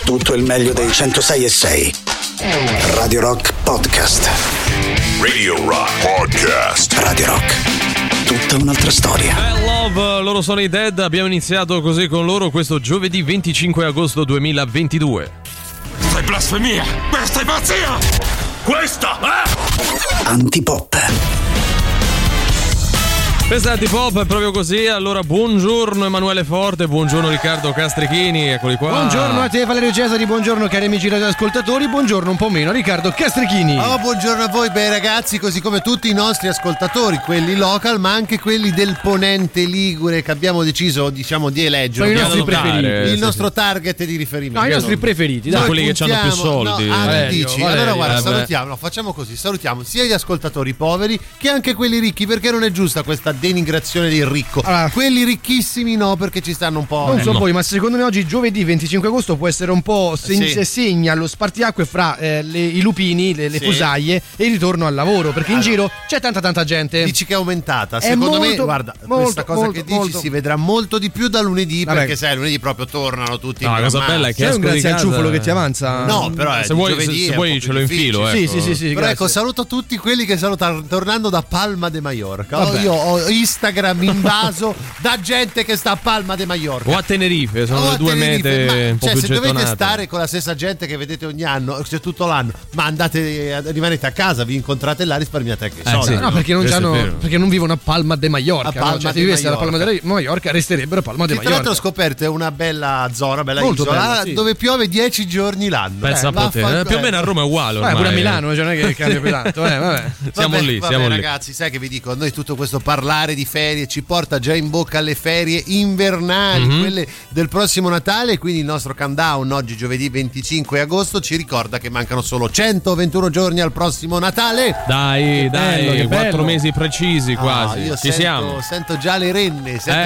tutto il meglio dei 106.6. Radio Rock Podcast. Radio Rock Podcast. Radio Rock, tutta un'altra storia. Love, loro sono i Dead. Abbiamo iniziato così con loro questo giovedì 25 agosto 2022. Questa è blasfemia! Questa è pazzia! Questa è Antipop. Questa è Antipop, è proprio così. Allora, buongiorno Emanuele Forte, buongiorno Riccardo Castrichini, eccoli qua. Buongiorno a te Valerio Cesari, buongiorno cari amici radioascoltatori, buongiorno un po' meno Riccardo Castrichini. Oh, buongiorno a voi bei ragazzi, così come tutti i nostri ascoltatori, quelli local ma anche quelli del Ponente Ligure che abbiamo deciso, diciamo, di eleggere. Sono i nostri preferiti. Il nostro target di riferimento. No, i nostri preferiti, dai. Quelli che hanno più soldi. No, dici. Allora guarda, vabbè. salutiamo, no, facciamo così, salutiamo sia gli ascoltatori poveri che anche quelli ricchi, perché non è giusta questa denigrazione del ricco. Allora, quelli ricchissimi no, perché ci stanno un po'. Non so voi, ma secondo me oggi giovedì 25 agosto può essere un po' segna lo spartiacque fra i lupini, le posaie e il ritorno al lavoro, perché in giro c'è tanta gente. Dici che è aumentata? È Secondo me, molto, guarda, molto, questa cosa molto, che dici molto. si vedrà molto di più da lunedì. Vabbè. Perché sai, lunedì proprio tornano tutti. No, la cosa bella è che Sei un esco di grazie al casa. ciuffolo che ti avanza. No, però Se vuoi, se vuoi ce lo infilo. Sì, ecco. sì. Però grazie. ecco, saluto tutti quelli che stanno tornando da Palma de Mallorca. Vabbè. Io ho Instagram invaso da gente che sta a Palma de Mallorca. O a Tenerife, sono O le a due Tenerife, mete ma, un po' cioè, più se dovete gettonate. stare con la stessa gente che vedete ogni anno, cioè tutto l'anno, ma rimanete a casa, vi incontrate là, risparmiate anche i soldi. sì. No, perché non, Questo è vero. perché non vivono a Palma de Mallorca. A Palma no? Cioè, de se vivessero a Palma Mallorca. de Mallorca resterebbero a Palma de Che tra l'altro ho Mallorca. scoperto è una bella zona, bella Molto isola, bella, sì. dove piove 10 giorni l'anno. Pensa a poter. Più o meno a Roma è uguale ormai. Pure a Milano, cioè non è che cambia più tanto. Vabbè. Siamo lì, vabbè, siamo lì. ragazzi, sai che vi dico, a noi tutto questo parlare di ferie ci porta già in bocca alle ferie invernali, quelle del prossimo Natale, quindi il nostro countdown oggi giovedì 25 agosto ci ricorda che mancano solo 121 giorni al prossimo Natale. Dai, bello, che 4 bello. mesi precisi quasi. Io Ci siamo. sento già le renne, sì,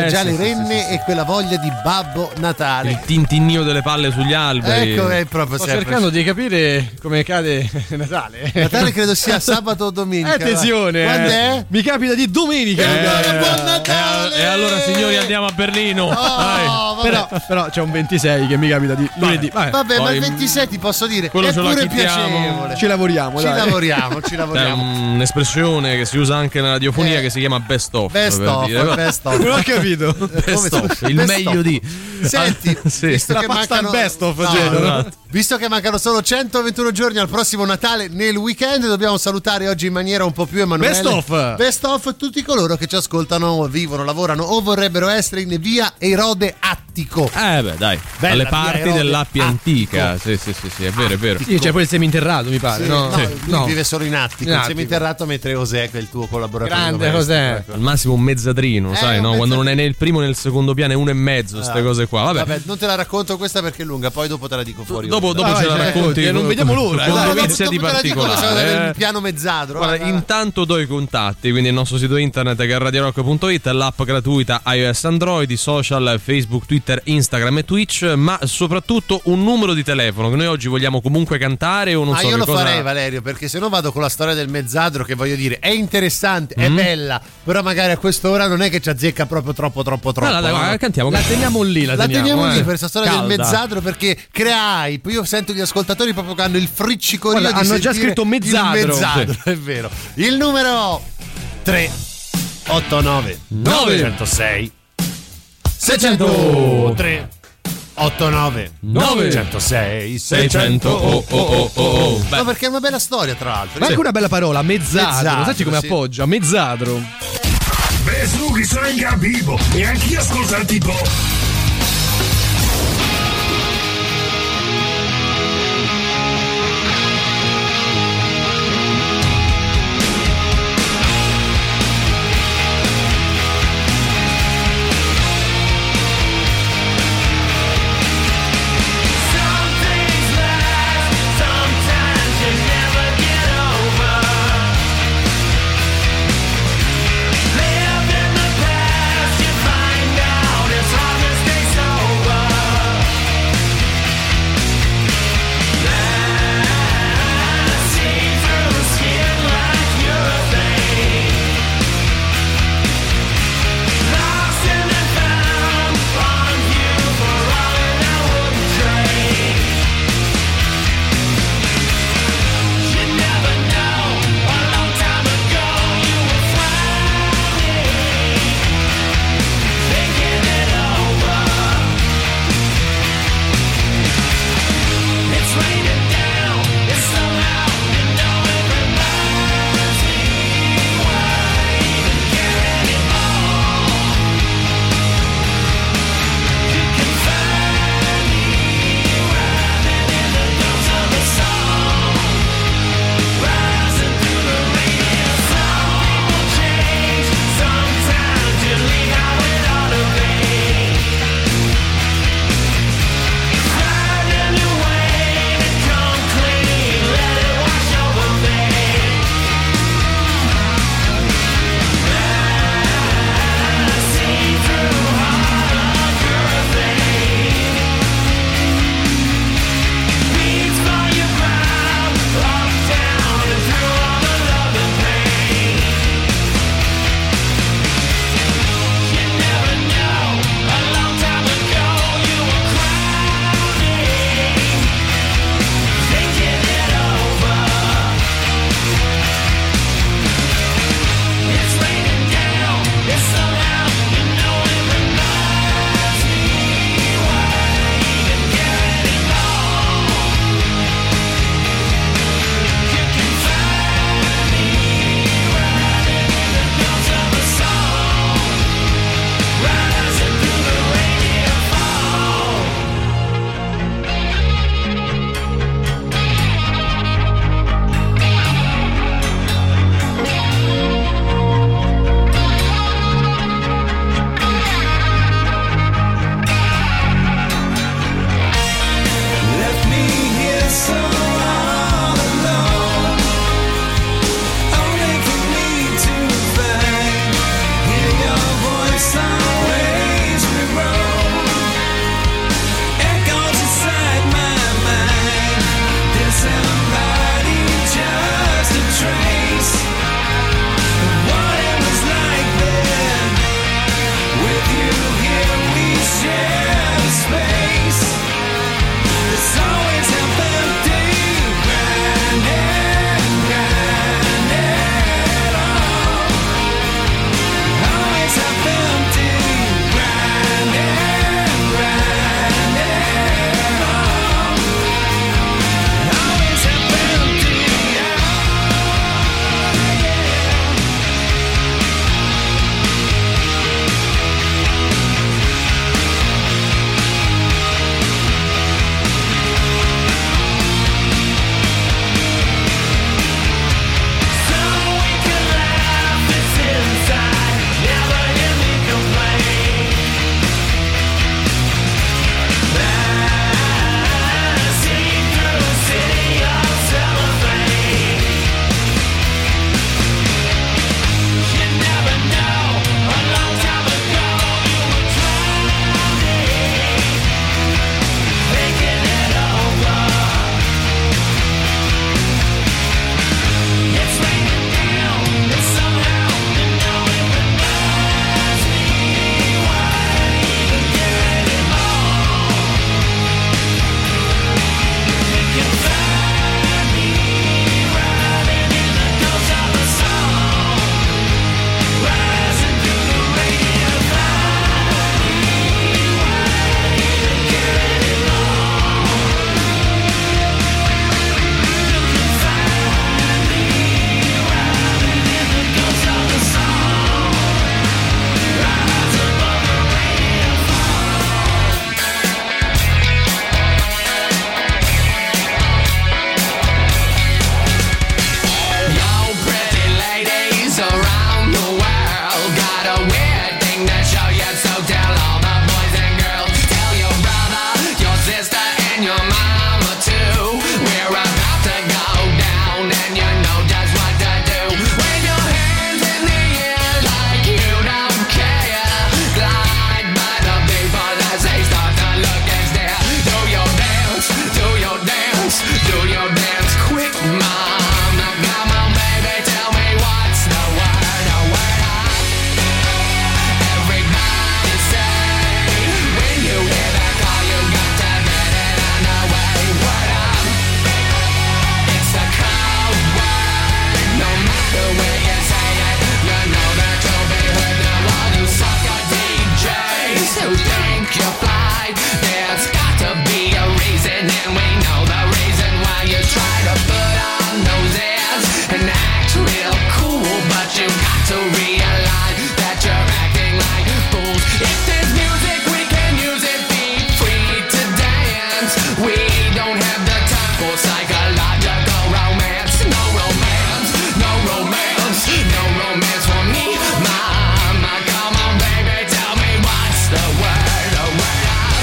e quella voglia di Babbo Natale. Il tintinnio delle palle sugli alberi. Ecco, è proprio Sto sempre. cercando di capire come cade Natale. Natale credo sia sabato o domenica. Attenzione! Quando è? Mi capita di domenica. Buon Natale! E allora signori andiamo a Berlino. Dai. Vabbè. Però c'è un 26 che mi capita di lunedì. Vabbè. Vabbè, ma Poi, il 26 ti posso dire, quello è ce lo pure acchittiamo. piacevole. Ci lavoriamo, Ci dai. lavoriamo. C'è un'espressione che si usa anche nella radiofonia che si chiama best of. Best per of, dire. best of. Non ho capito. Best of, il Best meglio of. di. Senti, Sì. visto La che pasta al mancano best of, no, Geno. Esatto. visto che mancano solo 121 giorni al prossimo Natale nel weekend, dobbiamo salutare oggi in maniera un po' più Emanuele. Best of tutti coloro che ci ascoltano, vivono, lavorano o vorrebbero essere in via Erode Attico. Beh, dai. Bella Alle via parti Erode dell'Appia antica. Attico. Sì, è vero, è vero. Sì, c'è poi il seminterrato, mi pare. Sì, No, lui vive solo in Attico, In il Attico. seminterrato, mentre José, che è il tuo collaboratore. Grande domestico, José. ecco. Al massimo un mezzadrino, sai, un no? Quando mezzadrino. non è né il primo né il secondo piano, è 1,5, queste cose qua. Vabbè. Non te la racconto questa perché è lunga, poi dopo te la dico fuori. Dopo Vai, ce la cioè, racconti. non vediamo l'ora, Con dai. dovizia di Dopo te la dico, particolari. sono del piano mezzadro. Guarda, intanto do i contatti, quindi il nostro sito internet che è radiorock.it, l'app gratuita iOS Android, i social Facebook, Twitter, Instagram e Twitch, ma soprattutto un numero di telefono che noi oggi vogliamo comunque cantare o non so io che lo cosa. farei, Valerio, perché se no vado con la storia del mezzadro, che voglio dire è interessante, è bella, però magari a quest'ora non è che ci azzecca proprio troppo. Allora, dai, guarda, cantiamo. La teniamo lì, La teniamo lì per questa storia Calda. del mezzadro, perché crea hype. Io sento gli ascoltatori proprio che hanno il friccicorio Guarda, di hanno già sentire scritto mezzadro. il mezzadro, è vero. Il numero 389 906 600 389 906 600. Beh, No, perché è una bella storia, tra l'altro. Ma anche una bella parola, mezzadro. Mezzadro, Senti come sì. appoggia, mezzadro. Beh, su, chi sono in capivo e anch'io ascolto il tipo. Live in the past, you find out it's hard to And we know the reason why you try to put on those airs and act real cool, but you got to realize that you're acting like fools. If there's music, we can use it, be free to dance. We don't have the time for psychological romance. No romance, no romance, no romance for me. Mama, come on, baby, tell me what's the word, the word up.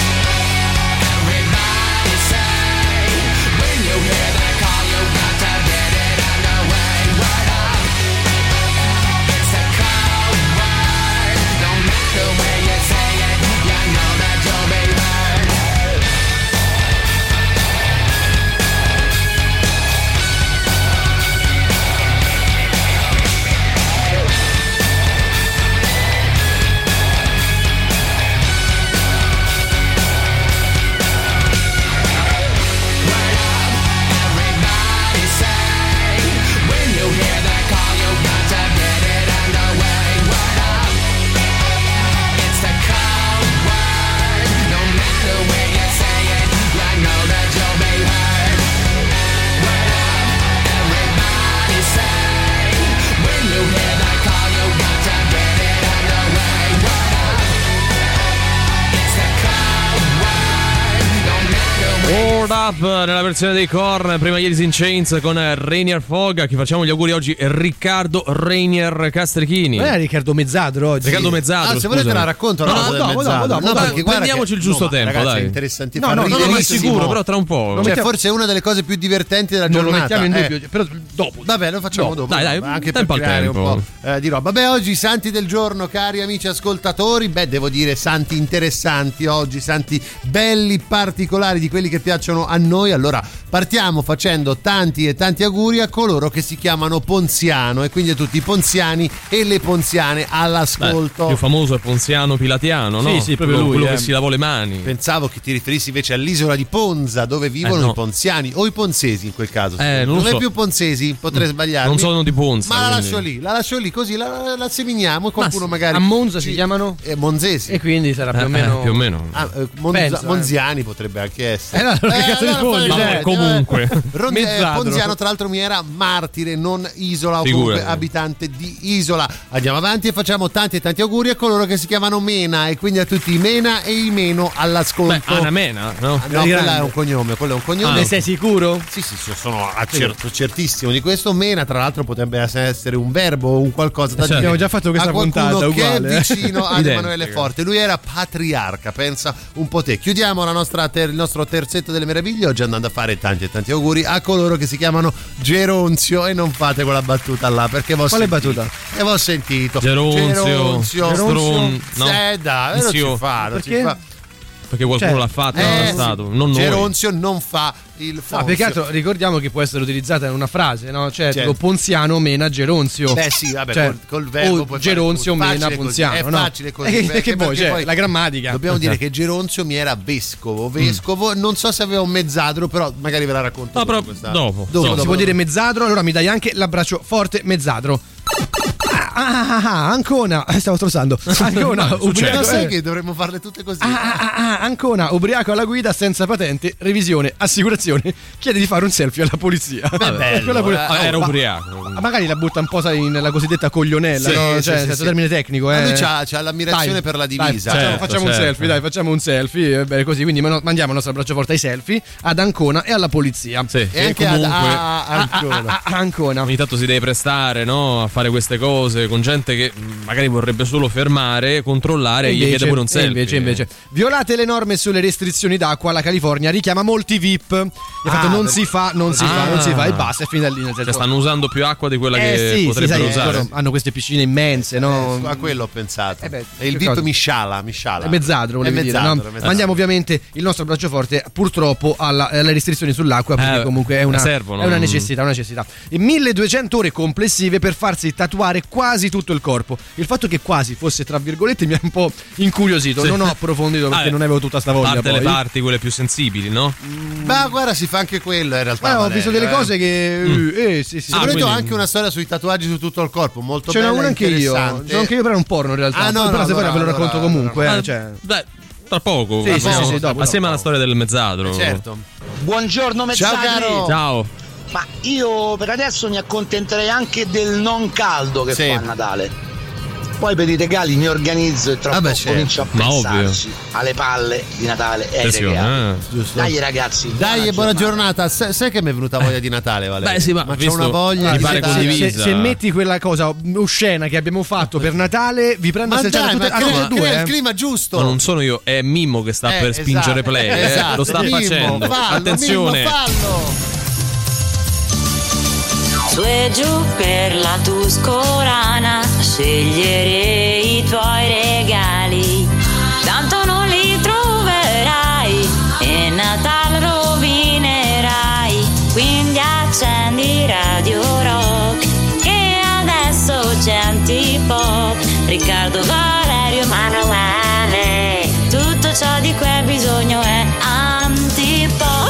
Everybody say, when you hear that call, you got to get it underway. Word up. It's the code word. No matter where you say it, you know that you'll be heard. Everybody say, when you hear that call, you got to get it underway. Word up. It's the code word. No matter where you say it, I know that you'll be heard. Word up. Everybody say, when you hear that call, you got to get it underway. Word up. It's the code word. No matter where. Hold Up nella versione dei Korn, prima Alice in Chains con Rainier Fog. A chi facciamo gli auguri oggi è Riccardo Rainier Castrichini. Non è Riccardo Mezzadro oggi? Riccardo Mezzadro, se volete la racconto, dopo, perché guarda prendiamoci il giusto tempo, ragazzi, dai. è interessante. No, non è sicuro, però tra un po'. Cioè, forse è una delle cose più divertenti della Non giornata. lo mettiamo in dubbio, però dopo. Vabbè, lo facciamo dopo. Dai, anche tempo per al creare tempo. un po' di roba. Beh, oggi santi del giorno, cari amici ascoltatori. Beh, devo dire santi interessanti oggi, santi belli, particolari, di quelli che piacciono a noi. Allora, partiamo facendo tanti e tanti auguri a coloro che si chiamano Ponziano, e quindi a tutti i ponziani e le ponziane all'ascolto. Il più famoso è Ponziano Pilatiano, no? Sì, proprio lui, quello che si lavò le mani. Pensavo che ti riferissi invece all'isola di Ponza, dove vivono no. i ponziani o i ponzesi in quel caso. Non non lo è so. più ponzesi, potrei sbagliarmi. Non sono di Ponza. Ma quindi. la lascio lì, così la seminiamo e qualcuno magari. A Monza si chiamano? Monzesi. E quindi sarà più o meno. Più o meno. Monza, Monziani potrebbe anche essere. No, che cazzo rispondi? Ma comunque. Mezzadro. Ponziano tra l'altro mi era martire, non isola, o comunque Figurati. abitante di isola. Andiamo avanti e facciamo tanti e tanti auguri a coloro che si chiamano Mena, e quindi a tutti i Mena e i Meno all'ascolto. Beh, Anna Mena, no? No, quella è un cognome, quello è un cognome. Ne sei sicuro? Sì, sono certissimo di questo. Mena, tra l'altro, potrebbe essere un verbo o un qualcosa da dire. Abbiamo già fatto questa a qualcuno puntata che uguale. è vicino ad Identica. Emanuele Forte. Lui era patriarca, pensa un po' te. Chiudiamo il nostro terzetto delle meraviglie oggi andando a fare tanti e tanti auguri a coloro che si chiamano Geronzio, e non fate quella battuta là, perché Quale battuta? E l'ho sentito. Geronzio. No? Dai, non Zio. si fa, non Perché? si fa. Perché qualcuno l'ha fatto, non è stato. Non noi. Geronzio non fa il No, Fonzio. più che altro ricordiamo che può essere utilizzata in una frase, no? Cioè, Certo. tipo Ponziano mena Geronzio. Beh sì, vabbè, Cioè, col verbo o puoi Geronzio fare mena facile così, Ponziano, è no? facile così, Che perché poi c'è poi la grammatica. Dobbiamo dire che Geronzio mi era vescovo, non so se aveva un mezzadro, però magari ve la racconto. No, però dopo. dopo. Si può dire mezzadro, allora mi dai anche l'abbraccio forte mezzadro. Ancona, stavo strozzando. Ancona, Ma ubriaco, sai che dovremmo farle tutte così? Ancona, ubriaco alla guida senza patente, revisione, assicurazione, chiede di fare un selfie alla polizia. Beh, bello, Era ubriaco. Magari la butta un po' sai, nella cosiddetta coglionella, Sì, no? sì, Cioè, sì, senza sì. termine tecnico. Ma lui c'ha l'ammirazione Dai, per la dai, divisa. facciamo un certo. selfie, dai, facciamo un selfie. Bene, così, quindi mandiamo il nostro abbraccio forte ai selfie ad Ancona e alla polizia. Sì, E anche comunque Ancona. ogni tanto si deve prestare, no, a fare queste cose con gente che magari vorrebbe solo fermare, controllare e gli chiede pure un selfie. Invece, violate le norme sulle restrizioni d'acqua, la California richiama molti VIP. Infatti non si fa e basta, è finita lì. Nel senso, Cioè stanno usando più acqua di quella che sì, potrebbero sai, usare. loro hanno queste piscine immense, no? A quello ho pensato. beh, e il che VIP cosa? Misciala. È mezzadro, volevi dire, no? Mandiamo ovviamente il nostro abbraccio forte purtroppo alle restrizioni sull'acqua, perché comunque è una necessità. E 1200 ore complessive per farsi tatuare quasi tutto il corpo. Il fatto che quasi fosse tra virgolette mi ha un po' incuriosito, Sì. non ho approfondito perché non avevo tutta sta A voglia. parte poi. le parti, quelle più sensibili, no? Ma guarda, si fa anche quello in realtà. Ho visto delle cose che sì. Soprattutto quindi- anche una storia sui tatuaggi su tutto il corpo, molto Ce n'ho bella una e anche io. interessante. Ce n'ho anche io, però è un porno in realtà. Ah, no, però no, se poi ve lo allora, racconto allora, comunque. allora. Cioè. Beh, Tra poco, sì, dopo, assieme alla storia del mezzadro. Certo. Buongiorno mezzadri. Ciao caro. Ciao. Ma io per adesso mi accontenterei anche del non caldo che fa a Natale. Poi per i regali mi organizzo e tra poco comincio a pensarci alle palle di Natale e ai regali. Dai ragazzi, dai, buona giornata. Sai che mi è venuta voglia di Natale, Valerio? Beh sì, ma c'è una voglia mi di pare Natale. Se metti quella cosa oscena che abbiamo fatto per Natale, vi prendo a selciare tutte e due. È il clima giusto. Ma non sono io, è Mimmo che sta per spingere play. Esatto. Lo sta Mimmo, facendo. fallo, attenzione. Mimmo, fallo. Su e giù per la Tuscolana, scegliere i tuoi regali, tanto non li troverai e Natale rovinerai, quindi accendi Radio Rock e adesso c'è Antipop, Riccardo, Valerio, Emanuele, tutto ciò di cui hai bisogno è Antipop.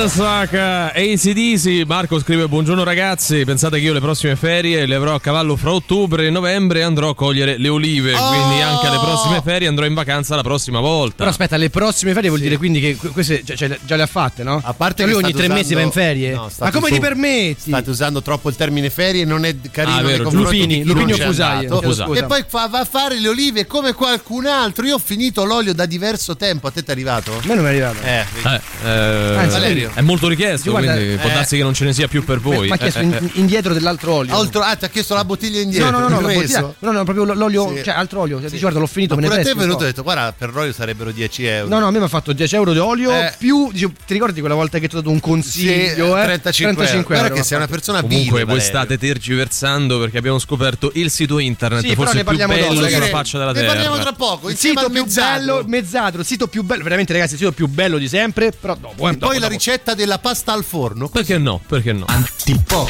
Sack, AC/DC. Marco scrive: buongiorno ragazzi, pensate che io le prossime ferie le avrò a cavallo fra ottobre e novembre e andrò a cogliere le olive, quindi anche alle prossime ferie andrò in vacanza la prossima volta. Però aspetta, le prossime ferie vuol dire quindi che queste già le ha fatte, no? A parte che lui ogni 3 mesi va in ferie. No, ma come ti permetti? State usando troppo il termine ferie, non è carino. Vero, Lupini o Fusaio. E poi va a fare le olive come qualcun altro. Io ho finito l'olio da diverso tempo. A te ti è arrivato? A me non mi è arrivato. Valerio. È molto richiesto, quindi può darsi che non ce ne sia più per voi. Ma ha chiesto indietro dell'altro olio. Ti ha chiesto la bottiglia indietro? No, la bottiglia. No, proprio l'olio, sì. Cioè altro olio. Dici, guarda, l'ho finito, me ne presto. A te è venuto e detto, guarda, per l'olio sarebbero 10 euro. No, a me mi ha fatto 10 euro di olio più, ti ricordi quella volta che ti ho dato un consiglio? 35 euro. Guarda che sei una persona comunque voi state tergiversando perché abbiamo scoperto il sito internet forse più bello sulla faccia della terra. Ne parliamo tra poco. Il sito più bello, Mezzadro, il sito più bello, veramente ragazzi, il sito più bello di sempre, però dopo. E poi la ricetta della pasta al forno. Perché no? Antipop.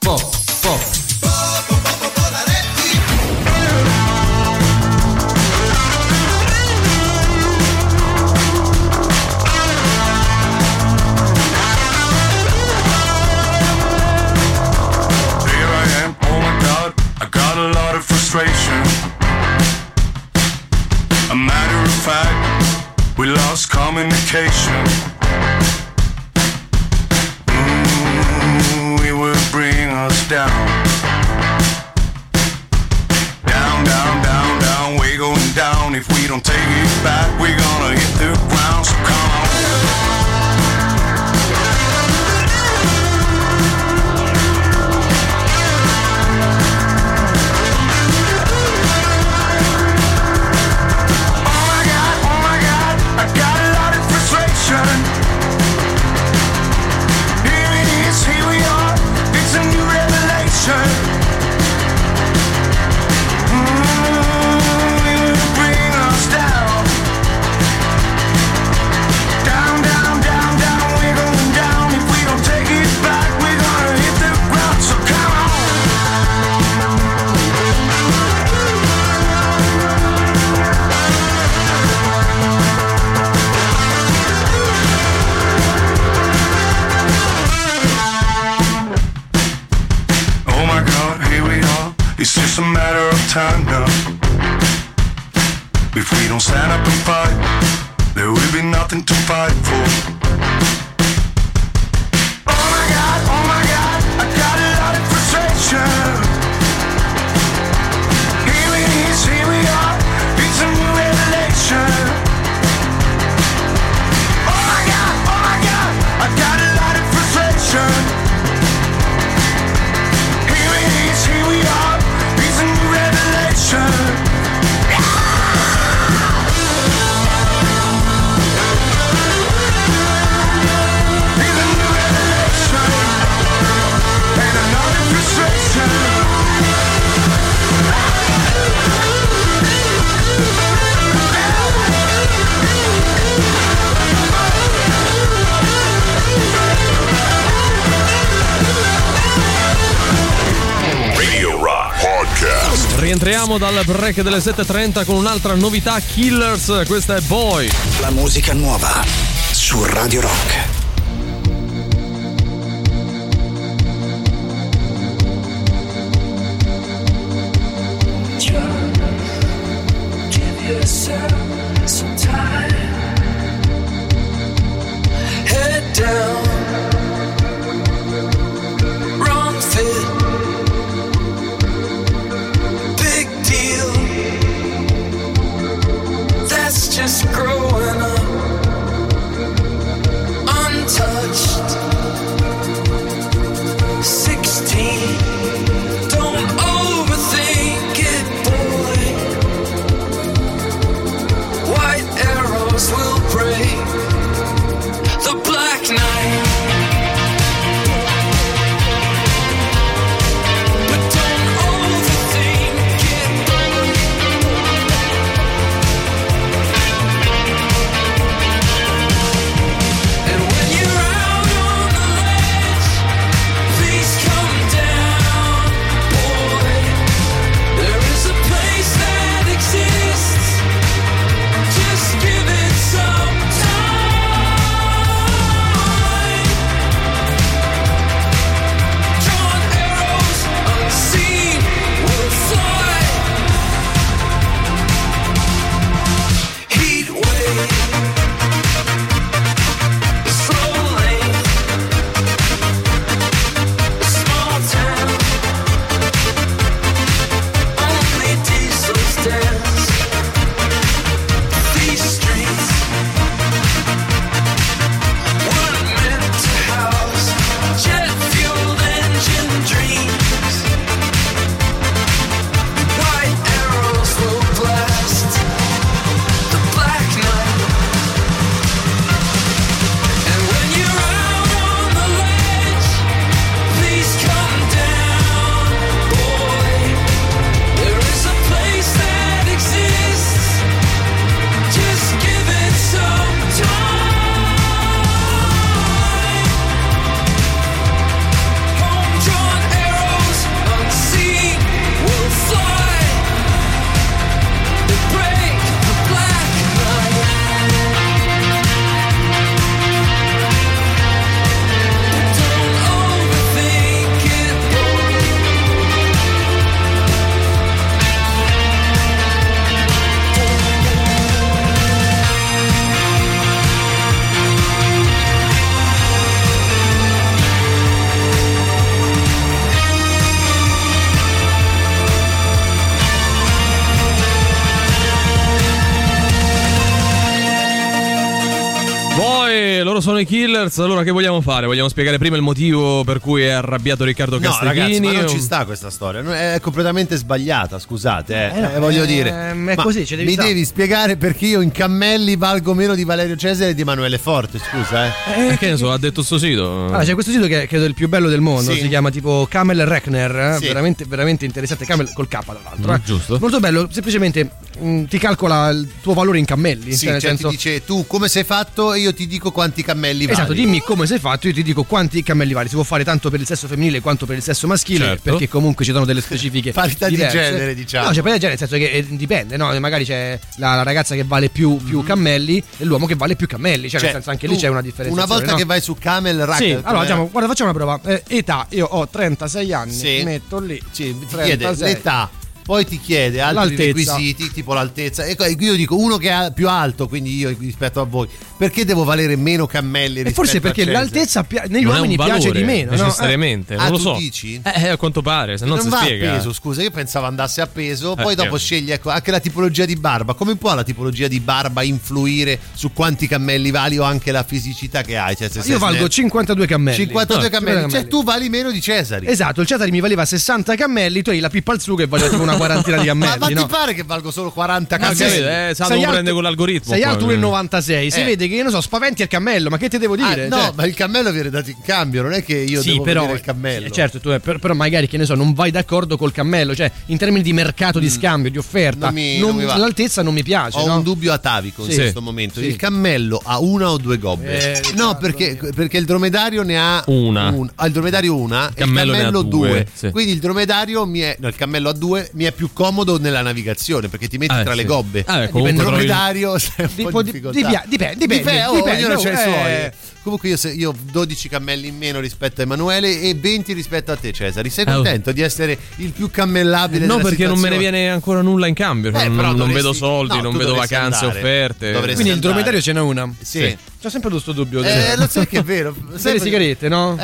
Frustration. A matter of fact, we lost communication. We would bring us down. Down, we're going down. If we don't take it back, we're gonna hit the ground. So come on. It's just a matter of time now. If we don't stand up and fight, there will be nothing to fight for. Oh my God, I got a lot of frustration. Here it is, here we are, it's a new revelation. Oh my God, I got a lot of frustration. Here it is, here we are, it's a new revelation. Rientriamo dal break delle 7.30 con un'altra novità, Killers, questa è Boy. La musica nuova su Radio Rock. Just growing up. sono i Killers, allora che vogliamo fare? Vogliamo spiegare prima il motivo per cui è arrabbiato Riccardo Castellini? No, ragazzi, ma non ci sta questa storia, è completamente sbagliata, scusate, voglio dire. È così, devi spiegare perché io in cammelli valgo meno di Valerio Cesare e di Emanuele Forte, scusa, che ne so, ha detto sto sito. Allora, c'è questo sito che è credo il più bello del mondo, si chiama tipo Camel Rekner, veramente, veramente interessante, Camel col K tra l'altro. Giusto. Molto bello, semplicemente ti calcola il tuo valore in cammelli. Sì, nel senso, ti dice tu come sei fatto e io ti dico quanti cammelli vali. Esatto, dimmi come sei fatto, io ti dico quanti cammelli vali. Si può fare tanto per il sesso femminile quanto per il sesso maschile, perché comunque ci sono delle specifiche parità diverse. Di genere, diciamo. No, c'è parità di genere, nel senso che dipende, no? Magari c'è la ragazza che vale più cammelli e l'uomo che vale più cammelli, cioè nel senso anche lì c'è una differenza. Una volta che vai su Camel Racket, allora guarda, facciamo una prova. Età, io ho 36 anni, metto lì. Ti chiede l'età. Poi ti chiede altri requisiti, tipo l'altezza. E io dico uno che è più alto, quindi io rispetto a voi. Perché devo valere meno cammelli rispetto forse perché l'altezza negli uomini piace di meno, necessariamente, non lo so. Dici? A quanto pare, se non si va spiega. A peso, scusa, io pensavo andasse a peso, poi dopo scegli, ecco, anche la tipologia di barba. Come può la tipologia di barba influire su quanti cammelli vali o anche la fisicità che hai? Cioè, io valgo 52 cammelli. 52 cammelli, cioè tu vali meno di Cesari. Esatto, il Cesari mi valeva 60 cammelli, tu hai la pippa al sugo che valeva tipo una quarantina di cammelli. Ma ti pare che valgo solo 40 cammelli? Prende con l'algoritmo. Sei alto 1,96, si vede che io non so, spaventi il cammello, ma che ti devo dire? No, ma il cammello viene dato in cambio, non è che io devo vedere il cammello. Certo, tu però magari, che ne so, non vai d'accordo col cammello, cioè in termini di mercato, di scambio, di offerta, l'altezza non mi piace. Ho un dubbio atavico in questo momento. Il cammello ha una o due gobbe? No, perché il dromedario ne ha una. Il dromedario una, il cammello ne ha due. Quindi il dromedario il cammello a due mi è più comodo nella navigazione perché ti metti tra le gobbe. Il dromedario sei un po' in difficoltà. Dipende, ognuno c'ha i suoi. Comunque io ho 12 cammelli in meno rispetto a Emanuele e 20 rispetto a te, Cesari. Sei contento di essere il più cammellabile? No, perché non me ne viene ancora nulla in cambio. Non vedo soldi, non vedo vacanze offerte. Quindi il dromedario ce n'è una. Sì. C'ho sempre questo dubbio. Lo sai che è vero. Sai le sigarette, no?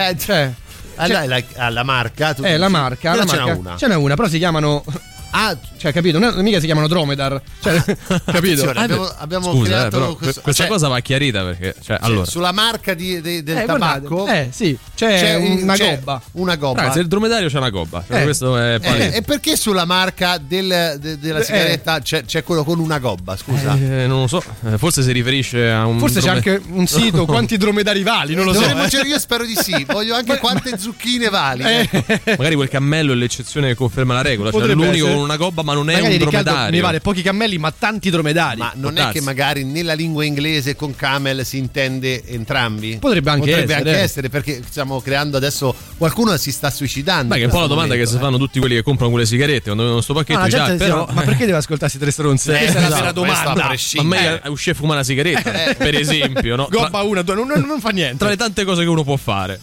La marca. La marca. Ce n'è una, però si chiamano... cioè, capito? Non mica si chiamano dromedar. Cioè, capito? Abbiamo scusa, creato questa cosa va chiarita perché allora. sulla marca del tabacco sì, c'è una gobba. Una gobba. Se il dromedario c'è una gobba. Questo è palese. E perché sulla marca della sigaretta c'è quello con una gobba? Scusa. Non lo so. Forse si riferisce a un. Forse c'è anche un sito quanti dromedari vali. Non lo so. Io spero di sì. Voglio anche quante zucchine vali. Magari quel cammello è l'eccezione che conferma la regola. Cioè l'unico con una gobba, ma non è un dromedario. Mi vale pochi cammelli, ma tanti dromedari. Ma non è che magari nella lingua inglese con camel si intende entrambi? Potrebbe anche essere, perché stiamo creando adesso. Qualcuno si sta suicidando. Ma che è un po' la domanda che si fanno tutti quelli che comprano quelle sigarette quando vedono sto pacchetto. Però, ma perché deve ascoltarsi tre stronzi? Questa è la vera domanda. Ma meglio uscire a fumare una sigaretta, per esempio, no? Gobba una, due, non fa niente. Tra le tante cose che uno può fare.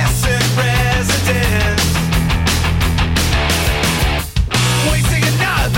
Wasting another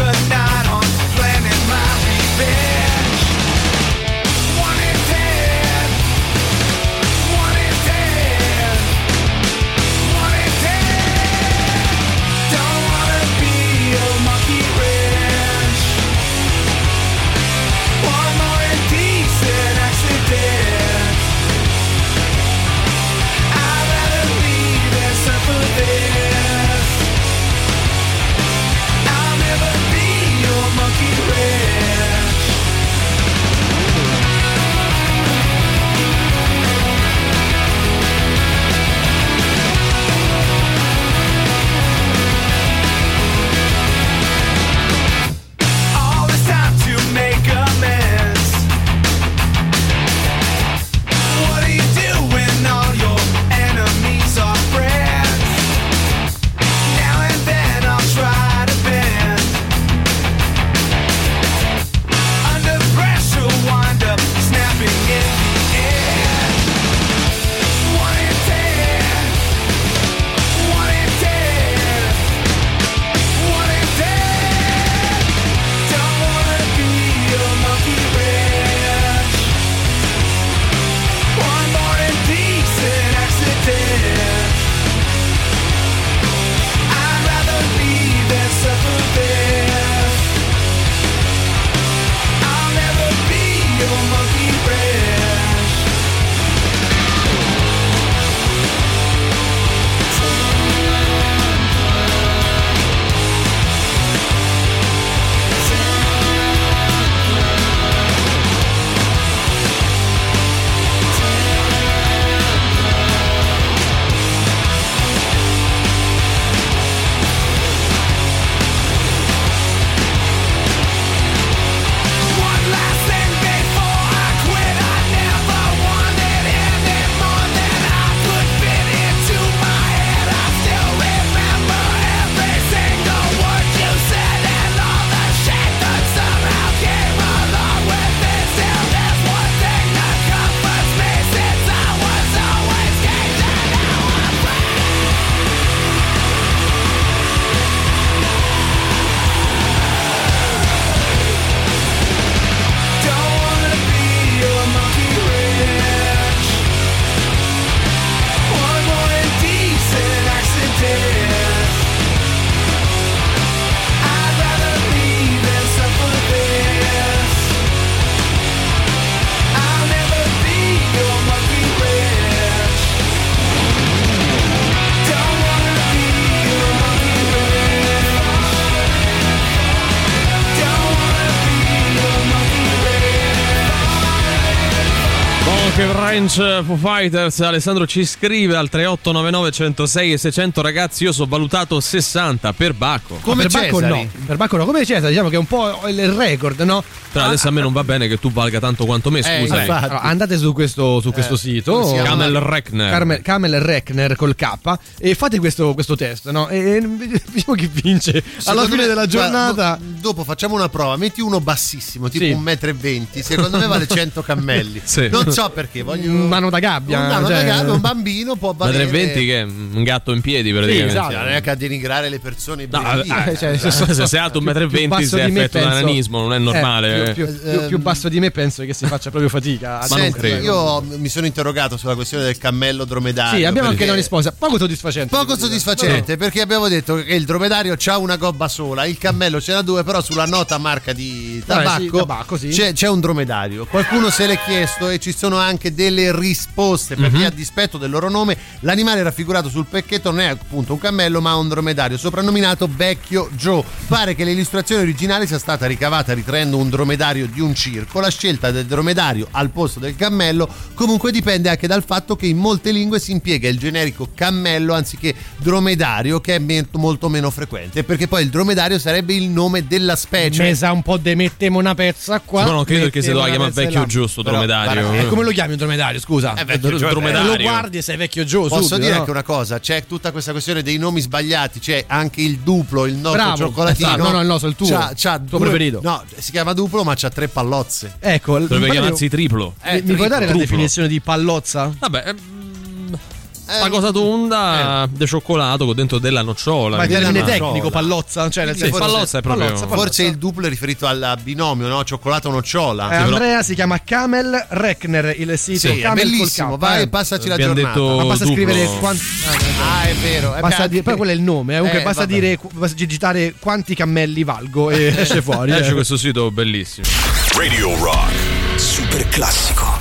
Rocket Range Foo Fighters. Alessandro ci scrive al 3899 106 e 600: ragazzi, io sono valutato 60 per Bacco. Come per Bacco no, per Bacco no, come Cesare, diciamo che è un po' il record, no? Però adesso a me non va bene che tu valga tanto quanto me, scusa. Allora, andate su questo sito, Camel Reckner. Camel Reckner col K, e fate questo test, no? E vediamo chi vince alla fine della giornata. Dopo facciamo una prova, metti uno bassissimo, tipo 1,20 m, secondo me vale 100 cammelli. Sì. Non so perché, voglio un mano da gabbia, un bambino può valere 1,20 m, che è un gatto in piedi praticamente. Sì, esatto. Non è che a denigrare le persone. Se sei alto 1,20 m sei affetto da nanismo, non è normale. Più basso di me penso che si faccia proprio fatica. Ma non credo. Io mi sono interrogato sulla questione del cammello dromedario. Sì, abbiamo anche una risposta poco soddisfacente. Perché abbiamo detto che il dromedario c'ha una gobba sola, il cammello ce n'ha due, però sulla nota marca di tabacco, c'è un dromedario. Qualcuno se l'è chiesto e ci sono anche delle risposte, perché a dispetto del loro nome l'animale raffigurato sul pacchetto non è appunto un cammello ma un dromedario, soprannominato Vecchio Joe. Pare che l'illustrazione originale sia stata ricavata ritraendo un dromedario di un circo. La scelta del dromedario al posto del cammello comunque dipende anche dal fatto che in molte lingue si impiega il generico cammello anziché dromedario, che è molto meno frequente, perché poi il dromedario sarebbe il nome della specie. Mi sa un po' de mettiamo una pezza qua. Ma non credo che si doveva chiamare Vecchio Joe sto dromedario. Come lo chiami un dromedario, scusa? Dromedario. Lo guardi e sei Vecchio Joe. Posso dire anche una cosa, c'è tutta questa questione dei nomi sbagliati, c'è anche il duplo, il noto cioccolatino. No, il nostro, il tuo. C'ha tuo preferito. No, si chiama duplo ma c'ha 3 pallozze. Ecco, dovrebbe chiamarsi triplo. Mi puoi dare la definizione di pallozza? Vabbè, una cosa tonda di cioccolato con dentro della nocciola. Ma termine tecnico, pallozza? Cioè, nel senso, pallozza è proprio. Forse il duplo è riferito al binomio, no? Cioccolato-nocciola. Andrea si chiama Camel Reckner, il sito. Sì, Camel è bellissimo. Vai e passaci la giornata. Ma basta scrivere quanti. È vero. Poi quello è il nome. Comunque basta digitare quanti cammelli valgo e esce fuori. Esce questo sito bellissimo. Radio Rock, super classico.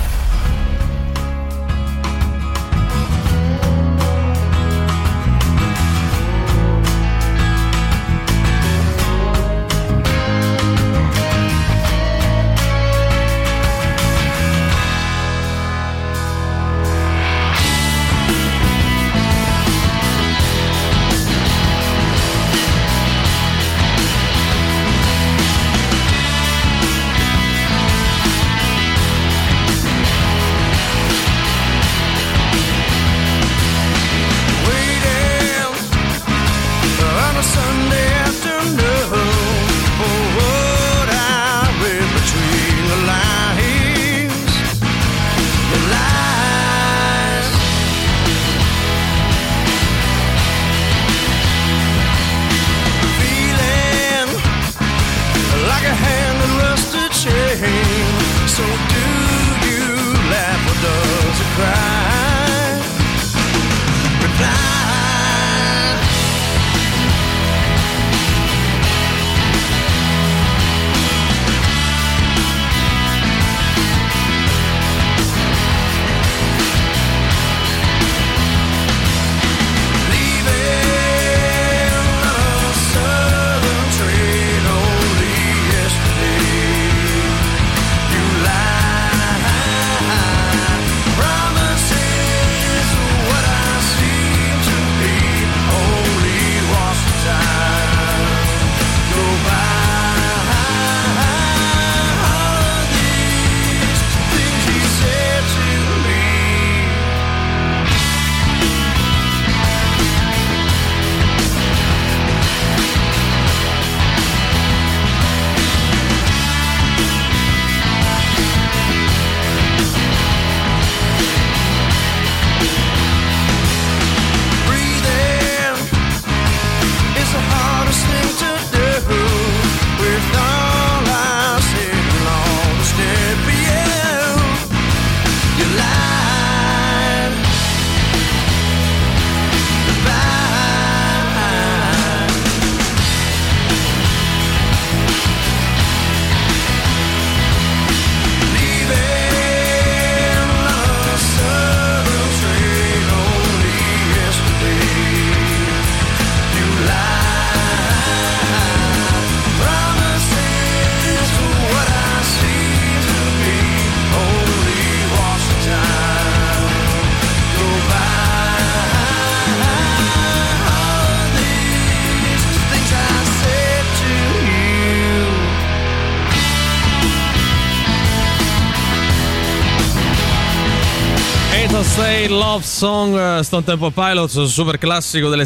Say Love Song, Stone Temple Pilots, super classico delle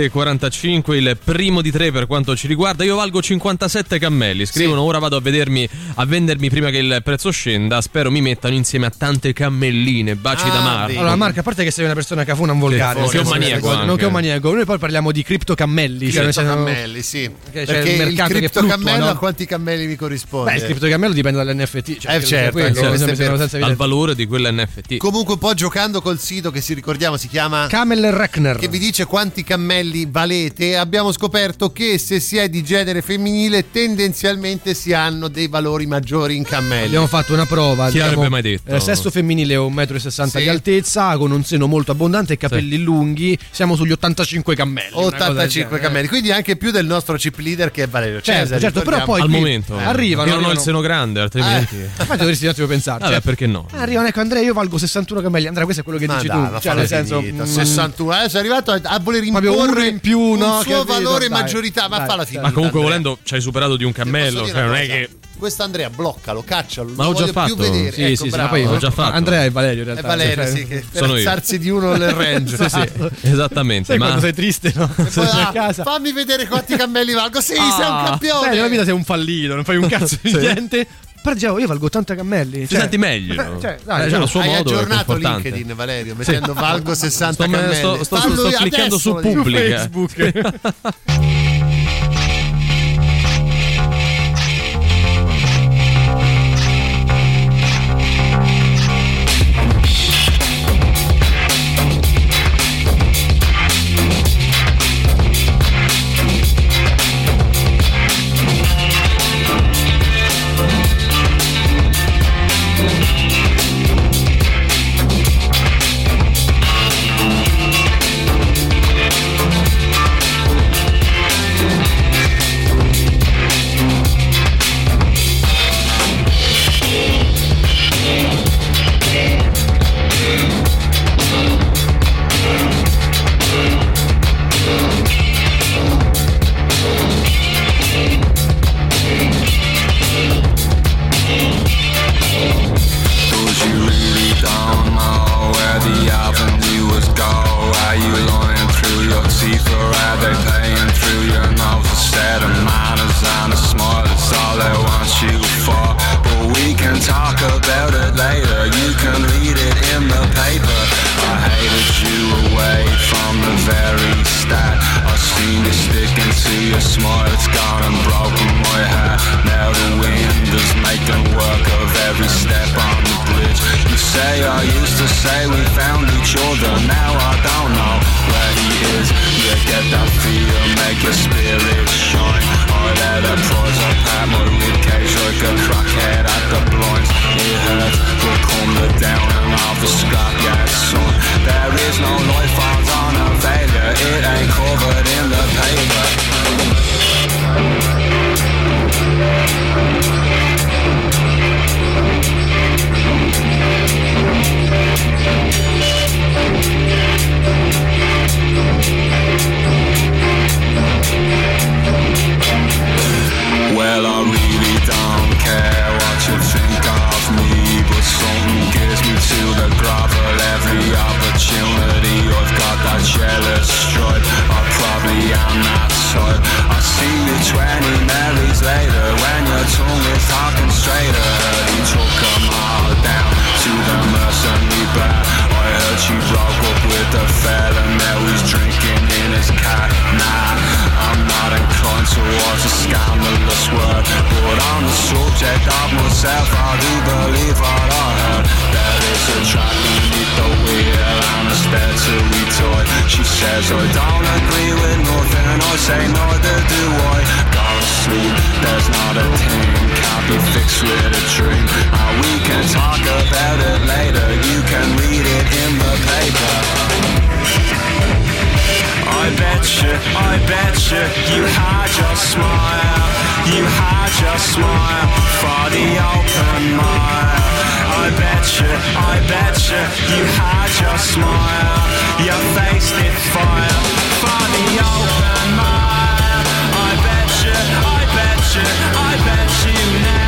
7.45, il primo di 3 per quanto ci riguarda. Io valgo 57 cammelli, scrivono, ora vado a vendermi prima che il prezzo scenda, spero mi mettano insieme a tante cammelline, baci da Marco. Allora Marco, a parte che sei una persona cafona, un volgare, non che un maniaco, non che un maniaco, noi poi parliamo di criptocammelli. Criptocammelli, sì. Perché il mercato il criptocammello, no? A quanti cammelli mi corrisponde? Beh, il criptocammello dipende dall'NFT, certo, dal valore di quell'NFT. Comunque un po' giocando col sito che ricordiamo si chiama Camel Reckner, che vi dice quanti cammelli valete. Abbiamo scoperto che se si è di genere femminile tendenzialmente si hanno dei valori maggiori in cammelli. Abbiamo fatto una prova. Chi avrebbe mai detto? Sesso femminile 1,60 m di altezza, con un seno molto abbondante e capelli lunghi. Siamo sugli 85 cammelli. 85 cammelli, quindi anche più del nostro chip leader che è Valerio Cesare. Certo, però poi al momento arrivano. Io non ho il seno grande, altrimenti. Ma dovresti un attimo pensarci. Vabbè, perché no? Arrivano, ecco Andrea, io valgo 61 cammelli. Andrea, questo è quello che dici tu. Cioè, nel senso, 61, sei arrivato a voler imporre in più, un suo valore maggiorità, ma fa la fine. Ma comunque volendo ci hai superato di un cammello, cioè non è che questo Andrea bloccalo, caccialo, ma l'ho già fatto. Più vedere. Sì, ecco, sì, bravo. poi l'ho già fatto. Andrea e Valerio in realtà. È Valerio, sì, che per sono io. alzarsi di uno nel range. Sì, esattamente. Sai quando sei triste, no? Poi, a casa. Fammi vedere quanti cammelli valgo. Sì, sei un campione. Nella vita sei un fallito, non fai un cazzo di niente. Però dicevo, io valgo 80 cammelli. Ti senti meglio. Dai, suo hai modo aggiornato LinkedIn, Valerio, mettendo valgo 60 cammelli. Sto cliccando su pubblica. Facebook.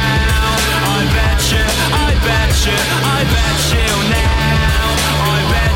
I bet you now. I bet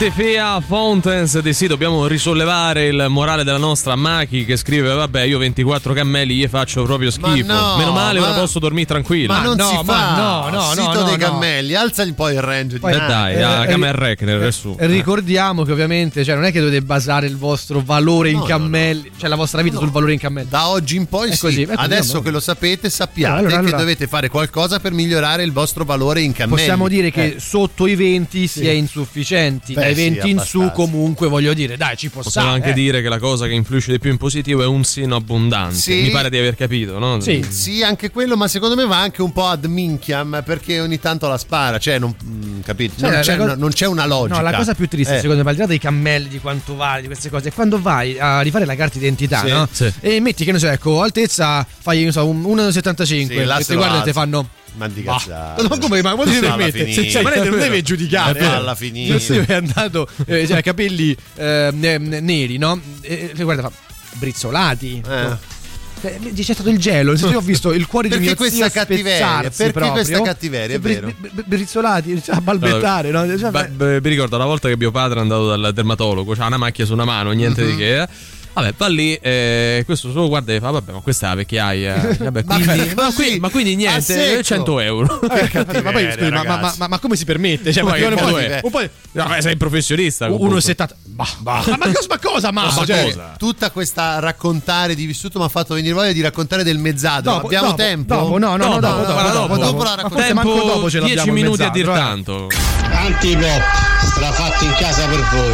Tefea Fountains di sì, dobbiamo risollevare il morale della nostra Maki che scrive vabbè io 24 cammelli gli faccio proprio schifo, meno male ora posso dormire tranquillo. Ma non si fa, no, sito dei cammelli, alzagli un po' il range di dai, Camel Reckner su. Ricordiamo che ovviamente non è che dovete basare il vostro valore in cammelli, cioè la vostra vita sul valore in cammelli. Da oggi in poi sì, adesso che lo sapete sappiate che dovete fare qualcosa per migliorare il vostro valore in cammelli. Possiamo dire che sotto i 20 si è insufficienti, dai 20 in su comunque voglio dire dai ci possiamo anche dire che la cosa che influisce di più in positivo è un seno abbondante, mi pare di aver capito, no? Sì, anche quello, ma secondo me va anche un po' ad minchiam perché ogni tanto la spara, cioè non capito, non c'è una logica. No, la cosa più triste secondo me, al di là dei cammelli, di quanto vale, di queste cose, è quando vai a rifare la carta d'identità, no? E metti che ecco, altezza fai un 1,75 e ti guardano e ti fanno mandi cazzate. Ma come ti permette? Ma non deve giudicare. Alla finita. È andato capelli neri, no? Guarda, fa brizzolati. C'è stato il gelo. Io ho visto il cuore di mio zio spezzarsi. Perché questa cattiveria? È vero. Brizzolati, a balbettare. Allora, mi ricordo una volta che mio padre è andato dal dermatologo, c'ha una macchia su una mano, niente di che. Vabbè, va lì, questo solo guarda e fa, vabbè, ma questa è la vecchiaia. Vabbè, ma quindi niente, 100 euro. Ma come si permette? Cioè, vabbè, sei professionista. 1,70. Ma cosa? Tutta questa raccontare di vissuto mi ha fatto venire voglia di raccontare del mezzadro. Abbiamo tempo? Dopo la raccontiamo. Tempo dopo ce 10 minuti a dir tanto. Antipop, strafatto in casa per voi.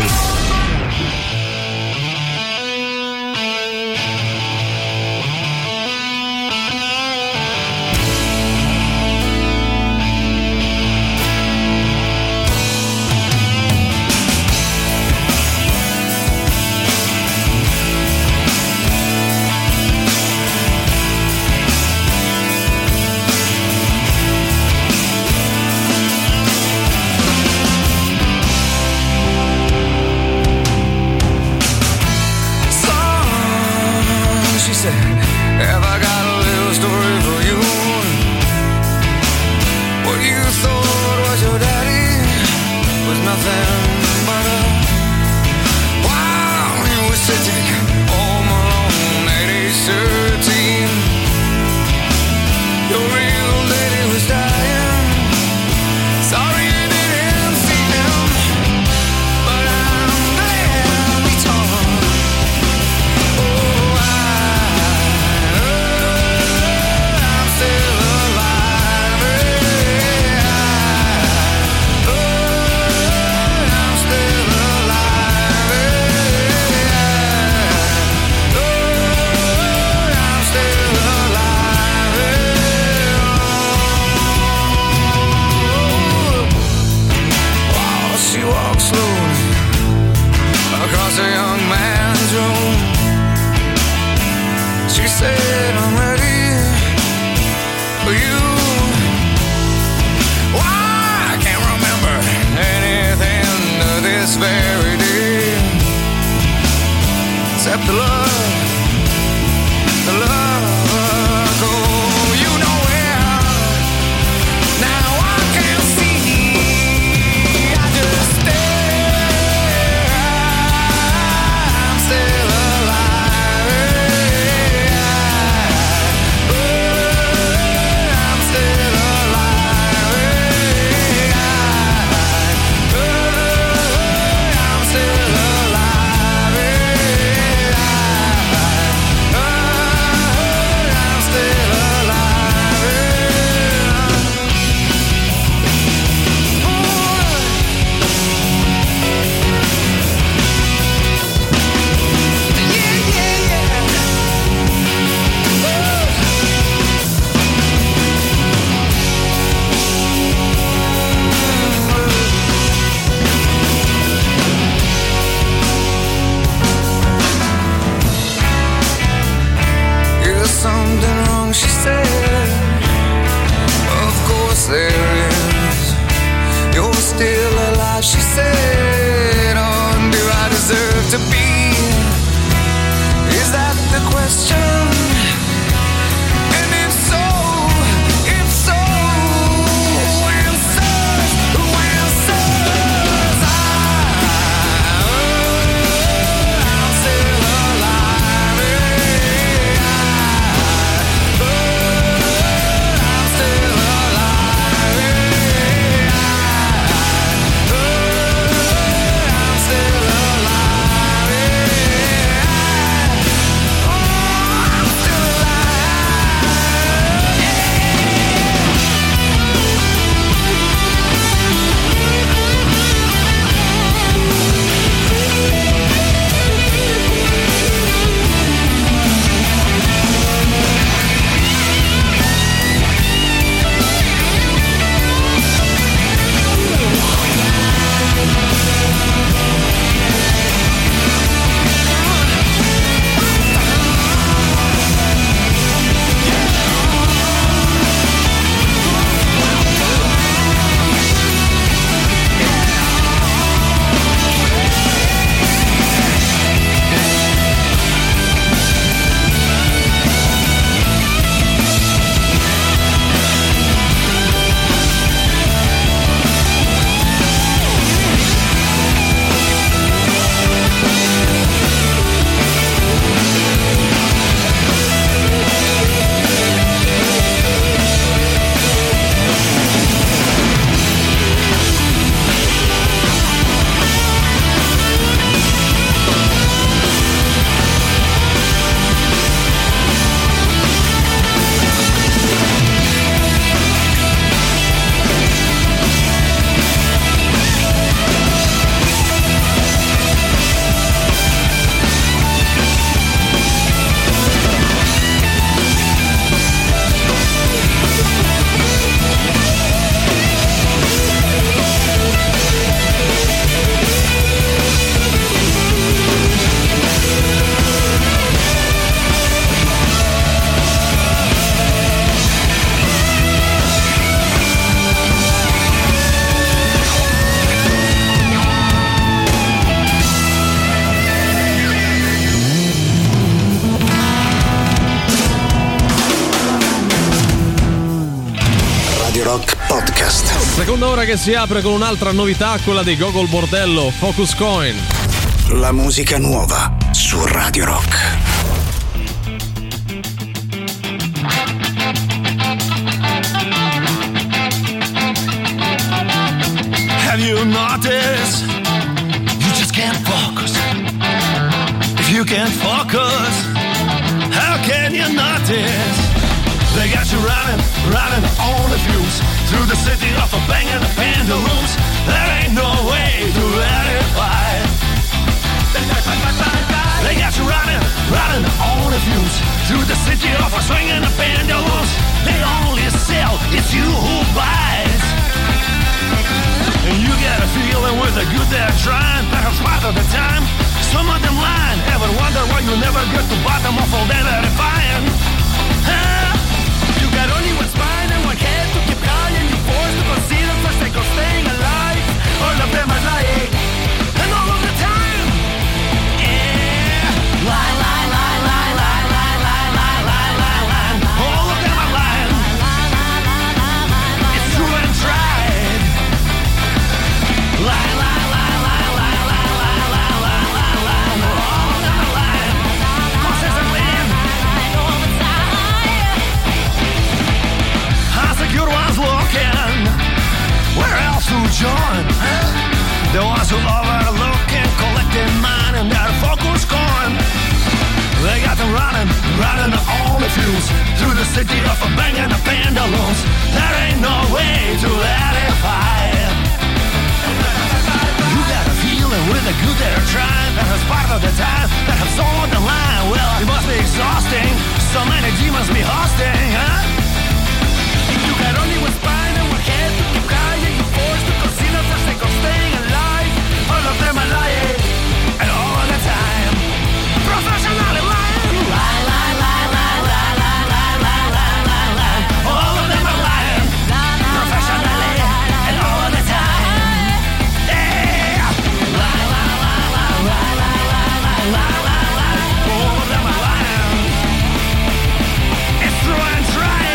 Rock Podcast. Seconda ora che si apre con un'altra novità, quella dei Gogol Bordello, Focus Coin. La musica nuova su Radio Rock. Have you noticed? You just can't focus. If you can't focus, how can you notice? They got you running on the fuse through the city of a bang and the pendulums. There ain't no way to verify. They got you running on the fuse through the city of a swing and the pendulums. They only sell, it's you who buys. And you get a feeling with the good they're trying. Perhaps part of the time, some of them lying. Ever wonder why you never get to bottom of all they verifying? Huh? You got only one spine and one head to keep crying. You're forced to consider for sake of staying alive. All of them are lying, and all of the time. Yeah. Lie, lie, lie, lie, lie, lie, lie, lie, lie, lie, lie. All of them are lying. It's true and tried. Lie, lie, lie, lie, lie, lie, lie, lie, lie, lie, lie. All of them are lying. Consistently. Good ones looking, where else to join? The ones who overlook and collecting mine and their focus gone. They got them running on the fuse through the city of a bang and the pendulums. There ain't no way to verify. You got a feeling with the good they're trying. Perhaps part of the time that have sold the line. Well, it must be exhausting. So many demons be hosting, huh? You got only one spine and one head to keep crying. You're forced to consider for sake of staying alive. All of them are lying, and all the time. Professionally lying. Lie, lie, lie, lie, lie, lie, lie, lie, lie, lie, lie. All of them are lying. Professionally, and all the time. Yeah. Lie, lie, lie, lie, lie, lie, lie, lie, lie, lie, lie. All of them are lying. It's true and trying.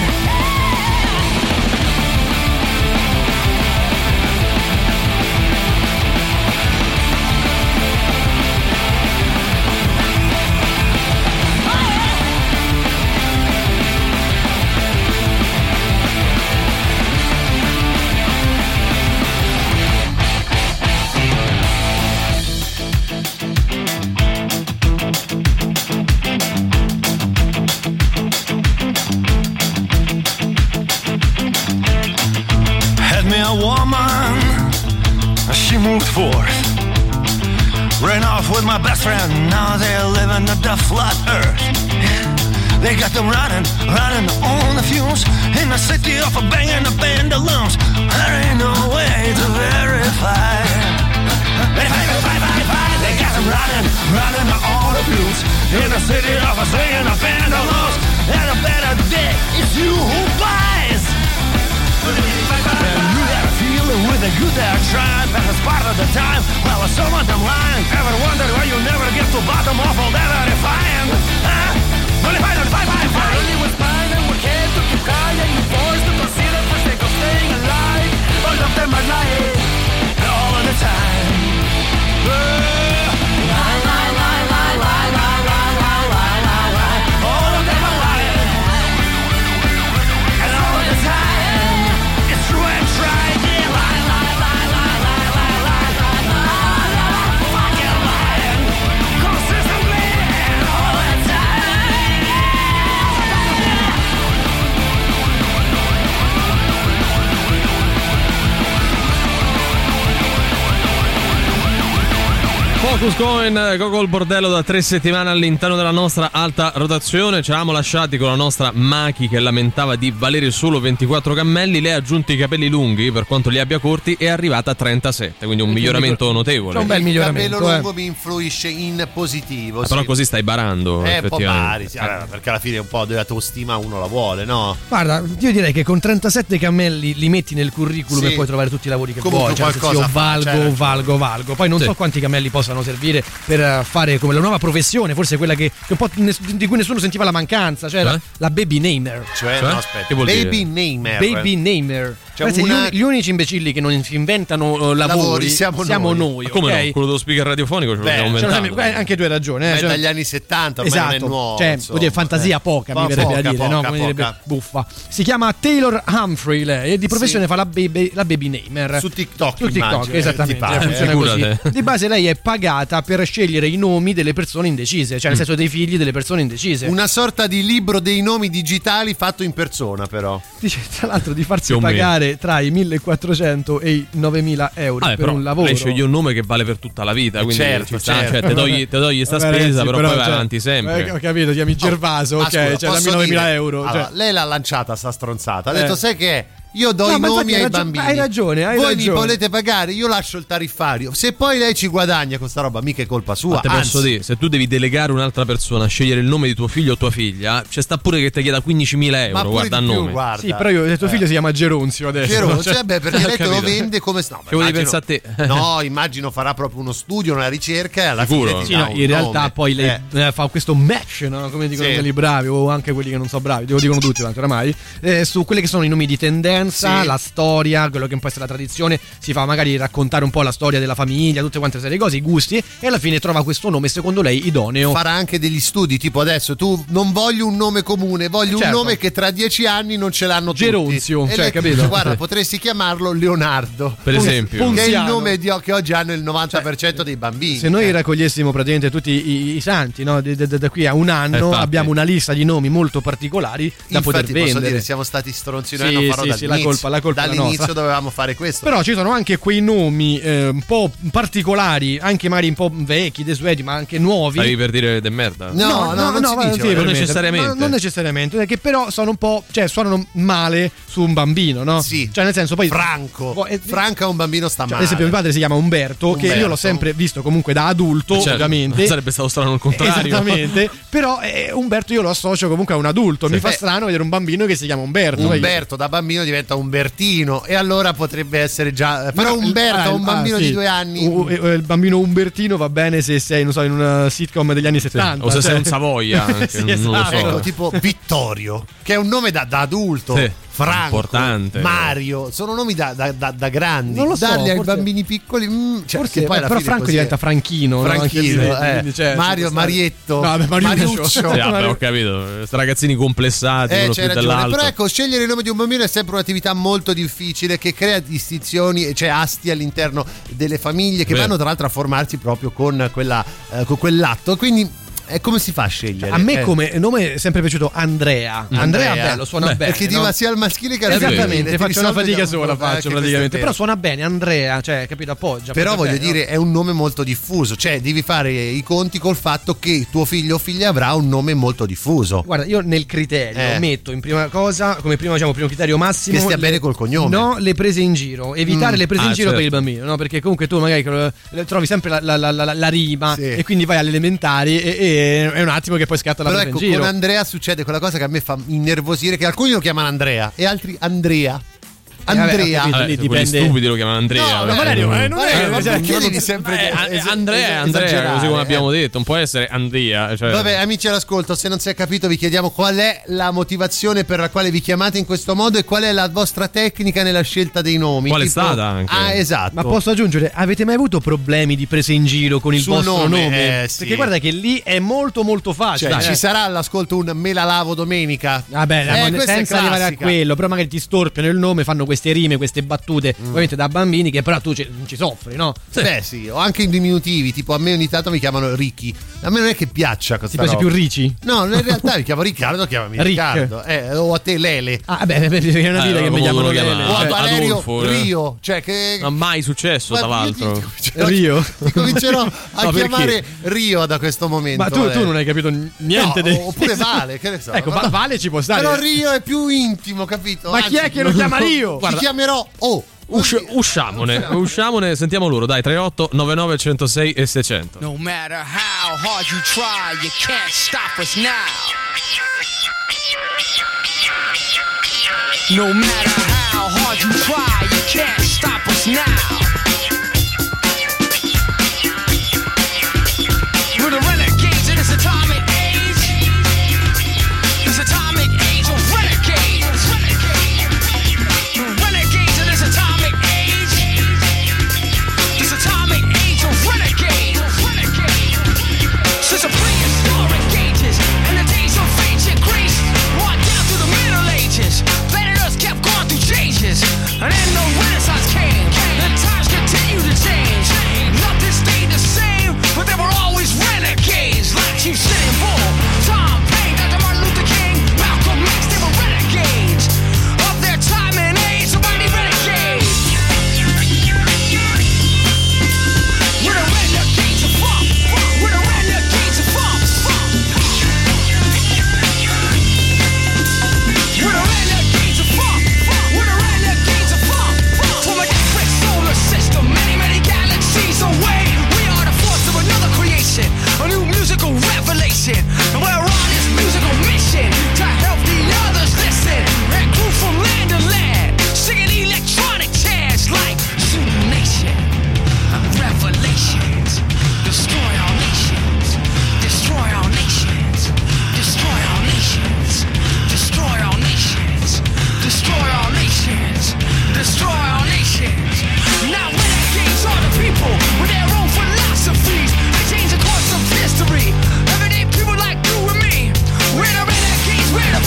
A woman, she moved forth, ran off with my best friend. Now they're living the flat earth. They got them running on the fumes in the city of a bang and the pendulums. There ain't no way to verify. They got them running on the fumes in the city of a swing and the pendulums. And a better day, it's you who buys. And you got a feeling with the good they're trying. That's part of the time. Well, some of them lying. Ever wondered why you never get to bottom of all that verifying? Only one spine and one head to keep crying. You're forced to consider for sake of staying alive. All of them are lying, and all of the time. Lie, lie, lie, lie, lie, lie, lie, lie, lie, lie, lie. All of them are lying, and all of the time. It's true and tried. Yeah, lie, lie, lie, lie, lie, lie, lie, lie, lie, lie. Fucking lying, consistently, and all the time. Focus Coin, Gogol Bordello da 3 settimane all'interno della nostra alta rotazione. Ci eravamo lasciati con la nostra Maki che lamentava di valere solo 24 cammelli. Lei ha aggiunto i capelli lunghi, per quanto li abbia corti è arrivata a 37, quindi un miglioramento notevole. C'è un bel miglioramento. Il capello lungo mi influisce in positivo. Però così stai barando, effettivamente. Un po' bari, perché alla fine un po' della tua stima uno la vuole, no? Guarda, io direi che con 37 cammelli li metti nel curriculum e puoi trovare tutti i lavori che comunque vuoi. Cioè, io valgo. Poi non so quanti cammelli possano servire servire per fare come la nuova professione, forse quella che un po' di cui nessuno sentiva la mancanza, cioè la baby namer. Cioè? No, aspetta, che vuol baby dire? namer. Baby namer. Cioè gli unici imbecilli che non si inventano lavori siamo noi. Ma come okay? no? Quello dello speaker radiofonico ce l'abbiamo inventato. Anche tu hai ragione. Cioè, dagli anni 70, ormai non è nuovo. Cioè, vuol dire fantasia poca, mi verrebbe a dire, no? Come direbbe buffa. Si chiama Taylor Humphrey, lei, e di professione fa la baby namer. Su TikTok, esattamente. Funziona così. Di base lei è pagata per scegliere i nomi delle persone indecise, cioè nel senso dei figli delle persone indecise. Una sorta di libro dei nomi digitali fatto in persona, però. Dice tra l'altro di farsi pagare tra i 1.400 e i 9.000 euro per un lavoro. Lei sceglie un nome che vale per tutta la vita, quindi certo. Cioè, te togli sta spesa, però poi vai avanti sempre. Ho capito, ti chiami Gervaso, ok, cioè dammi 9.000 euro. Allora, lei l'ha lanciata sta stronzata, ha detto sai che io do i nomi ai bambini. Hai ragione. Voi mi volete pagare, io lascio il tariffario. Se poi lei ci guadagna con sta roba, mica è colpa sua. Ma te posso dire, se tu devi delegare un'altra persona a scegliere il nome di tuo figlio o tua figlia, c'è sta pure che ti chieda 15.000 euro. Guarda il nome. Guarda. Sì, però io tuo figlio si chiama Geronzio adesso. Geronzio, perché lei te lo vende come che vuoi pensare a te? No, immagino farà proprio uno studio, una ricerca e alla fine sì, in realtà poi lei fa questo match, no? Come dicono quelli bravi o anche quelli che non so bravi, lo dicono tutti tanto oramai, su quelli che sono i nomi di tendenza, la storia, quello che può essere la tradizione, si fa magari raccontare un po' la storia della famiglia, tutte quante serie di cose, i gusti, e alla fine trova questo nome secondo lei idoneo. Farà anche degli studi, tipo adesso tu non voglio un nome comune, voglio un nome che tra 10 anni non ce l'hanno tutti. Geronzio, cioè, capito? Guarda, potresti chiamarlo Leonardo, per esempio, che è il nome che oggi hanno il 90% dei bambini. Se noi raccogliessimo praticamente tutti i santi, no? Da qui a un anno abbiamo una lista di nomi molto particolari da poter vendere. Posso dire, siamo stati stronzi noi, non farò dall'inizio. La colpa dall'inizio dovevamo fare questo. Però ci sono anche quei nomi un po' particolari, anche magari un po' vecchi, desueti, ma anche nuovi. Stavi per dire de merda? No, non necessariamente. Non necessariamente, che però sono un po', cioè suonano male su un bambino, no? Sì. Cioè nel senso poi Franco a un bambino sta male. Ad esempio mio padre si chiama Umberto, che io l'ho sempre visto comunque da adulto, ovviamente. Sarebbe stato strano il contrario. Esattamente. Però Umberto io lo associo comunque a un adulto. Mi fa strano vedere un bambino che si chiama Umberto. Umberto da bambino diventa Umbertino, e allora potrebbe essere già. Però Umberto, un bambino di 2 anni. Il bambino Umbertino va bene se sei, non so, in una sitcom degli anni 70. O se sei un Savoia. Sì, non lo so. Ecco, tipo Vittorio, che è un nome da adulto. Sì. Franco, importante. Mario, sono nomi da grandi. Non lo so, darli ai bambini piccoli, forse poi però Franco diventa Franchino, Franchino, no? Cioè, Mario, Marietto, Mariuccio. Sì, vabbè, ho capito. Sti ragazzini complessati, uno più dell'altro. Però ecco, scegliere il nome di un bambino è sempre un'attività molto difficile, che crea distinzioni, cioè asti all'interno delle famiglie che vanno tra l'altro a formarsi proprio con quell'atto. Quindi come si fa a scegliere? A me come nome è sempre piaciuto Andrea. Andrea bello, suona bene. Perché ti va sia al maschile che al femminile. Esattamente, faccio una fatica sola, praticamente. Però suona bene Andrea, cioè, capito, appoggia. Però voglio dire, è un nome molto diffuso, cioè devi fare i conti col fatto che tuo figlio o figlia avrà un nome molto diffuso. Guarda, io nel criterio metto in prima cosa, come primo criterio massimo, che stia bene col cognome. No, le prese in giro, evitare le prese in giro per il bambino, no? Perché comunque tu magari trovi sempre la rima e quindi vai alle elementari e è un attimo che poi scatta la presa in giro. Con Andrea succede quella cosa che a me fa innervosire, che alcuni lo chiamano Andrea e altri Andrea. Andrea, quelli stupidi lo chiamano Andrea. No, Valerio, non è sempre Andrea, così come abbiamo detto, non può essere Andrea. Cioè. Vabbè, amici all'ascolto, se non si è capito, vi chiediamo qual è la motivazione per la quale vi chiamate in questo modo e qual è la vostra tecnica nella scelta dei nomi. Qual è stata anche? Esatto. Ma posso aggiungere, avete mai avuto problemi di prese in giro con il vostro nome? Sì. Perché guarda che lì è molto molto facile. Ci sarà all'ascolto un me la lavo domenica. Vabbè, senza arrivare a quello, però magari ti storpiano il nome, fanno queste rime, queste battute, ovviamente da bambini, che però tu ci soffri, no? Beh sì, o anche in diminutivi, tipo a me ogni tanto mi chiamano Ricky. A me non è che piaccia questa roba. Ti piace più Ricci? No, in realtà mi chiamo Riccardo, chiamami Riccardo. O a te Lele. Beh, è una vita che mi chiamano Lele. O a Valerio Rio, cioè che non è mai successo, tra l'altro. Rio. Ti comincerò a chiamare Rio da questo momento. Ma tu non hai capito niente oppure Vale, che ne so. Ecco, Vale ci può stare. Però Rio è più intimo, capito? Ma chi è che lo chiama Rio? Ti chiamerò Usciamone, sentiamo loro, dai, 38 99 106 e 600. No matter how hard you try, you can't stop us now. No matter how hard you try, you can't stop us now.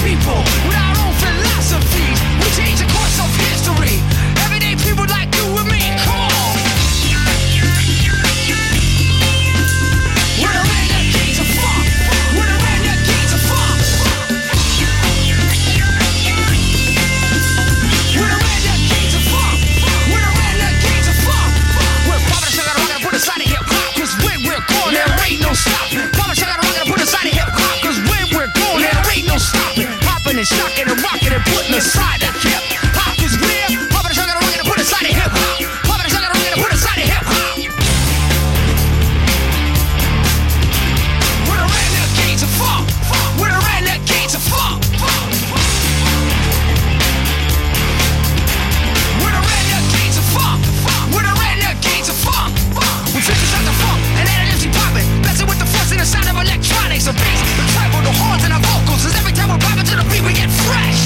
people with our own philosophies. We change the course of history. Everyday people like you and me. Come on. We're the renegades of funk. We're the renegades of funk. We're the renegades of funk. We're the renegades of funk. We're poppin' sugar, we're gonna put aside the hip hop. Cause when we're going, there ain't no stopping. Poppin' sugar, we're gonna put aside the hip hop. Cause when we're going, there ain't no stopping. Poppin' and shocking and rockin' and putting aside the hip hop. Cause we're poppin' sugar, we're gonna put aside the hip hop. Poppin' sugar, we're gonna put aside the hip hop. We're the renegades of funk. We're the renegades of funk. We're the renegades of funk. We're the renegades of funk. We finish out the funk and then energy popping. Messing with the force and the sound of electronics. The bass, the treble, the horns and the vocals. Cause every time we're popping to the beat we get fresh.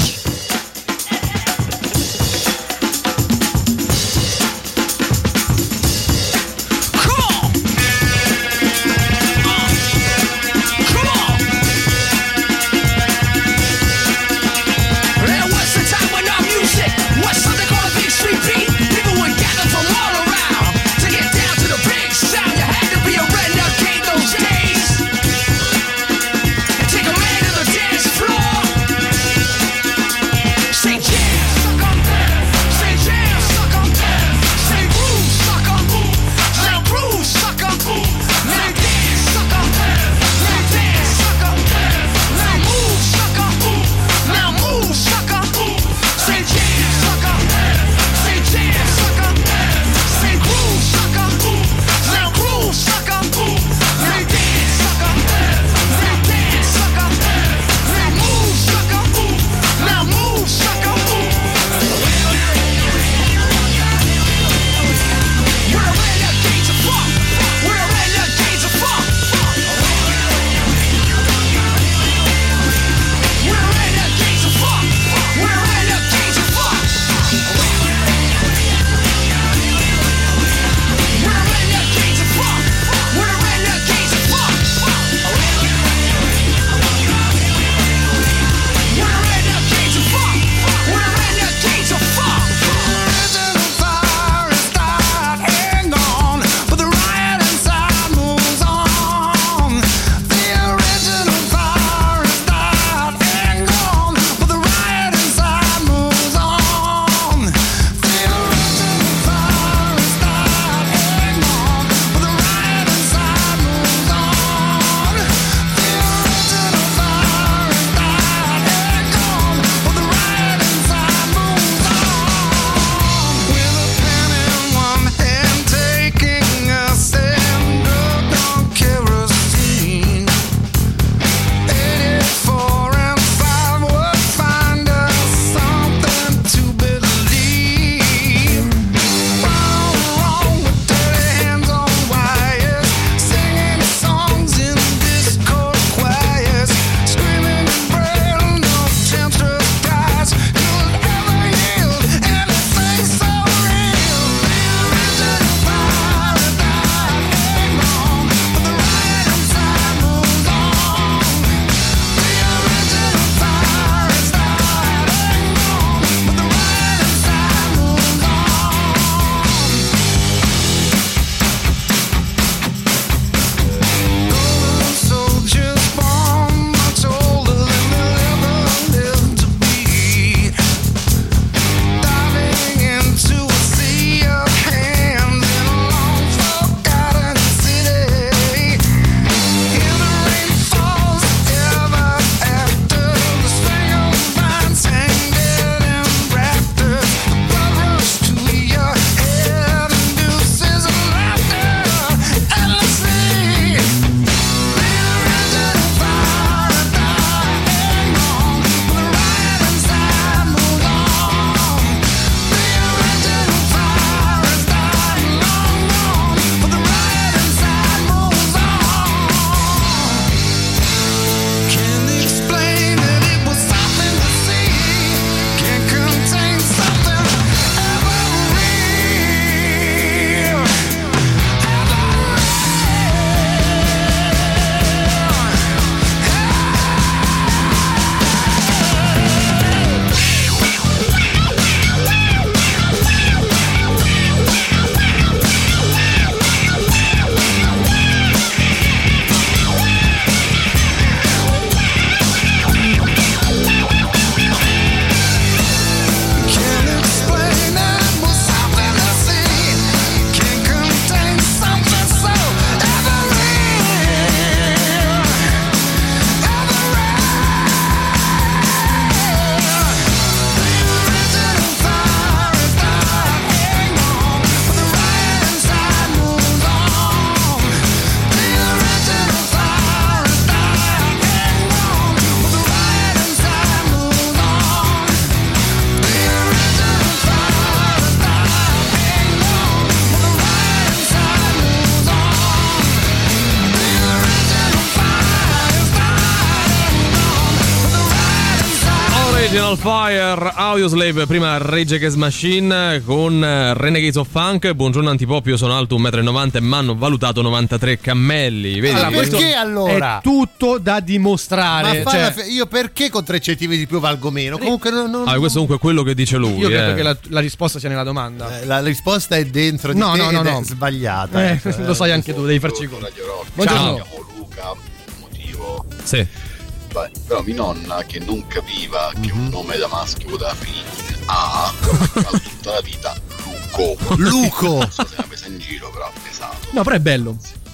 Original Fire, Audioslave, prima Rage Against Machine con Renegades of Funk. Buongiorno Antipop, io sono alto 1,90 m e mi hanno valutato 93 cammelli. Vedi? Allora, perché allora? È tutto da dimostrare. Io perché con 3 centimetri di più valgo meno? Comunque questo comunque è quello che dice lui. Io credo che la risposta sia nella domanda. La risposta è dentro di te ed è sbagliata. Lo sai anche tu, devi farci conto. Buongiorno. Mi chiamo Luca, motivo. Sì. Beh, però mia nonna che non capiva che un nome da maschio poteva finire in A tutta la vita Luco. Non so se è una presa in giro, però pesato. No, però è bello.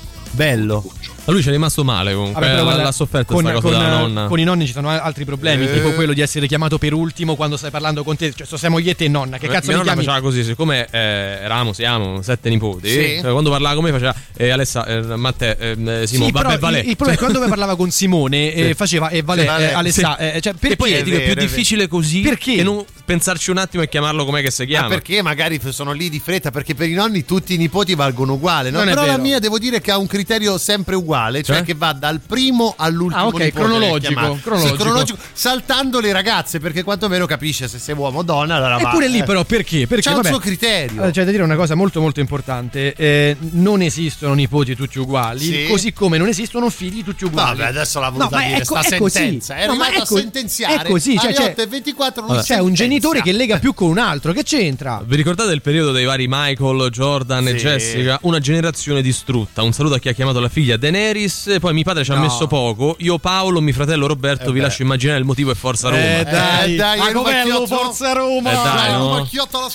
A lui ci è rimasto male comunque. Vabbè, l'ha sofferto questa cosa della nonna. Con i nonni ci sono altri problemi, tipo quello di essere chiamato per ultimo quando stai parlando con te. Cioè, siamo io e te, nonna. Che cazzo mi chiami? Faceva così, siccome siamo 7 nipoti. Sì. Cioè, quando parlava con me faceva Alessa, Matteo, Simone, vabbè, Valè. Il problema è quando parlava con Simone faceva Valè, Alessa. Cioè, perché? E poi è più difficile così. Perché? E non pensarci un attimo e chiamarlo com'è che si chiama. Perché magari sono lì di fretta, perché per i nonni tutti i nipoti valgono uguale, no? Però la mia devo dire che ha un criterio sempre uguale, cioè che va dal primo all'ultimo nipote. Cronologico, saltando le ragazze, perché quantomeno capisce se sei uomo o donna. Allora eppure lì però perché? Perché c'è un suo criterio. C'è da dire una cosa molto molto importante, non esistono nipoti tutti uguali, così come non esistono figli tutti uguali. Vabbè, adesso l'ha voluta dire sta sentenza. È arrivato a sentenziare. È così, alle 8:24 c'è un genitore che lega più con un altro, che c'entra? Vi ricordate il periodo dei vari Michael, Jordan e Jessica? Una generazione distrutta. Un saluto a chi ha chiamato la figlia Daenerys. Poi mio padre ci ha messo poco. Io Paolo, mio fratello Roberto, vi lascio immaginare il motivo è Forza Roma. Dai, bello Forza Roma. Anche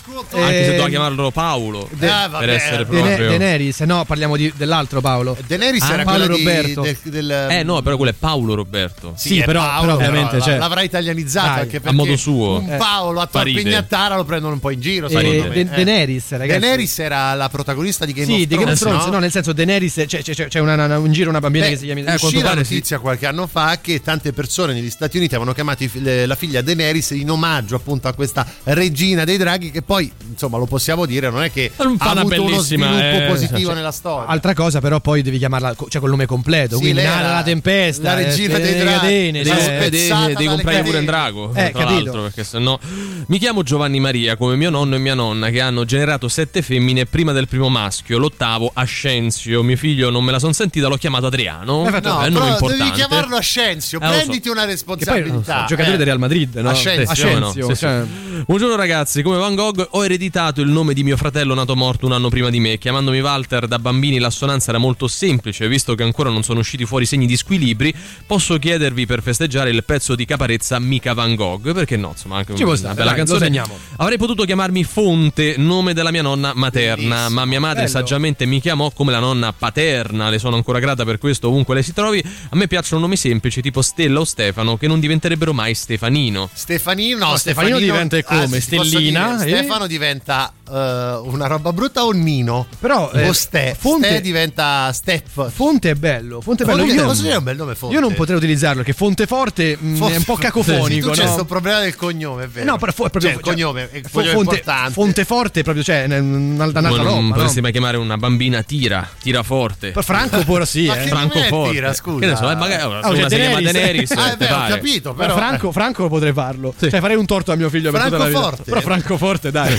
se doveva chiamarlo Paolo per essere proprio Daenerys. No, parliamo dell'altro Paolo. Daenerys era Paolo Roberto. No, però quello è Paolo Roberto. Sì, però ovviamente l'avrà italianizzato anche perché a modo suo. Un Paolo a Torpignattara lo prendono un po' in giro. Daenerys, ragazzi. Daenerys era la protagonista di Game of Thrones. Sì, di Game of Thrones. No, nel senso Daenerys c'è in giro una bambina che si chiama. È uscita la notizia qualche anno fa che tante persone negli Stati Uniti avevano chiamato la figlia Daenerys in omaggio appunto a questa regina dei draghi, che poi insomma lo possiamo dire non è che ha avuto uno sviluppo positivo nella storia. Altra cosa però poi devi chiamarla col nome completo, quindi Nala la Tempesta, la regina dei draghi, devi comprare pure un drago tra l'altro, perché sennò. Mi chiamo Giovanni Maria come mio nonno e mia nonna, che hanno generato 7 femmine prima del primo maschio, l'8º Ascensio. Mio figlio non me la son sentita, l'ho chiamato Adriano. No, però devi chiamarlo Ascensio, prenditi una responsabilità. Poi, giocatore del Real Madrid, no? Ascensio. Sì. Buongiorno ragazzi, come Van Gogh ho ereditato il nome di mio fratello nato morto un anno prima di me. Chiamandomi Walter da bambini l'assonanza era molto semplice, visto che ancora non sono usciti fuori segni di squilibri. Posso chiedervi per festeggiare il pezzo di Caparezza Mica Van Gogh? Perché no, insomma, anche una bella canzone. Avrei potuto chiamarmi Fonte, nome della mia nonna materna, ma mia madre saggiamente mi chiamò come la nonna paterna. Le sono ancora grata per questo ovunque lei si trovi. A me piacciono nomi semplici tipo Stella o Stefano, che non diventerebbero mai Stefanino. Stefanino diventa come? Stellina. Stefano diventa una roba brutta o Nino. Però Fonte diventa Steph. Fonte è bello. Io posso dire un bel nome Fonte. Io non potrei utilizzarlo, che Fonteforte è un po' cacofonico. C'è questo problema del cognome, è vero? No, però è proprio il cognome è importante. Fonteforte proprio, cioè un'altra roba. Non potresti mai chiamare una bambina Tira Forte. Franco pure sì, Franco Forte. Tira, scusa. Che ne so, magari una si chiama Daenerys. Ho capito, però Franco potrei farlo. Cioè farei un torto a mio figlio per tutta la vita. Però Francoforte, dai,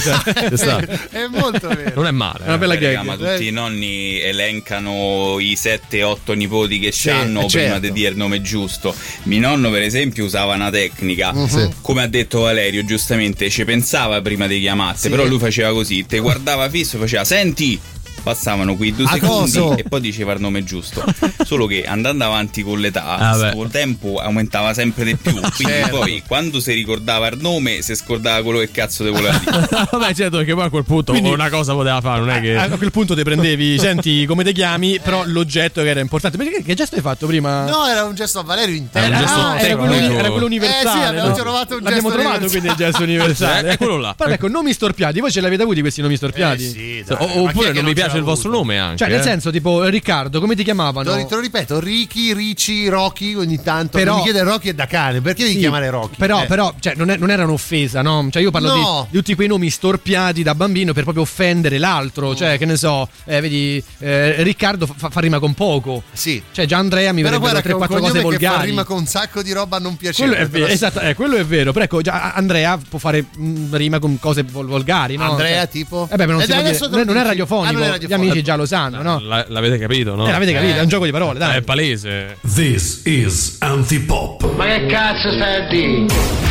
è molto vero. Non è male. È una bella gag. Ma tutti i nonni elencano i 7-8 nipoti che hanno prima di dire il nome giusto. Mio nonno per esempio usava una tecnica, come ha detto Valerio giustamente, ci pensava prima di chiamarti, però lui faceva così, te guardava fisso e faceva senti. Passavano quei 2 secondi e poi diceva il nome giusto. Solo che andando avanti con l'età il tempo aumentava sempre di più. Quindi poi quando si ricordava il nome si scordava quello che cazzo te voleva dire. Vabbè, certo, perché poi a quel punto una cosa poteva fare, non è che a quel punto te prendevi, senti come ti chiami, però l'oggetto che era importante. Perché che gesto hai fatto prima? No, era un gesto a Valerio interno. Era quello universale. Sì, abbiamo trovato un l'abbiamo trovato quindi il gesto universale. È quello là. Però ecco, nomi storpiati, voi ce l'avete avuti questi nomi storpiati? Sì, oppure non mi piace piace il vostro nome anche. Cioè, nel senso, tipo Riccardo, come ti chiamavano? Te lo ripeto, Ricky, Ricci, Rocky ogni tanto. Però, mi chiede Rocky è da cane, perché devi chiamare Rocky? Però cioè, non era un'offesa, no? Cioè, io parlo di tutti quei nomi storpiati da bambino per proprio offendere l'altro. Cioè, che ne so, vedi, Riccardo fa rima con poco. Sì. Cioè, già Andrea mi verrebbero 3-4 cose volgari. Fa rima con un sacco di roba non piacevole. Esatto, quello è vero. Però ecco, già Andrea può fare rima con cose volgari, no? Andrea, tipo? Però non è radiofonico, gli amici già lo sanno, no? L'avete capito, no? L'avete capito, è un gioco di parole, dai. È palese. This is Antipop. Ma che cazzo stai a dire?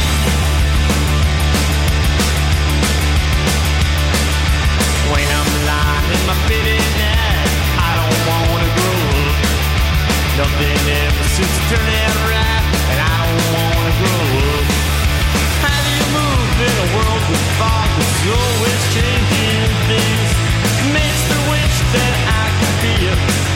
When I'm lying in my bed at night, I don't wanna grow up. Nothing ever seems to turn out right, and I don't wanna grow up. How do you move in a world with fog that's always changing things? Makes me wish that I could be a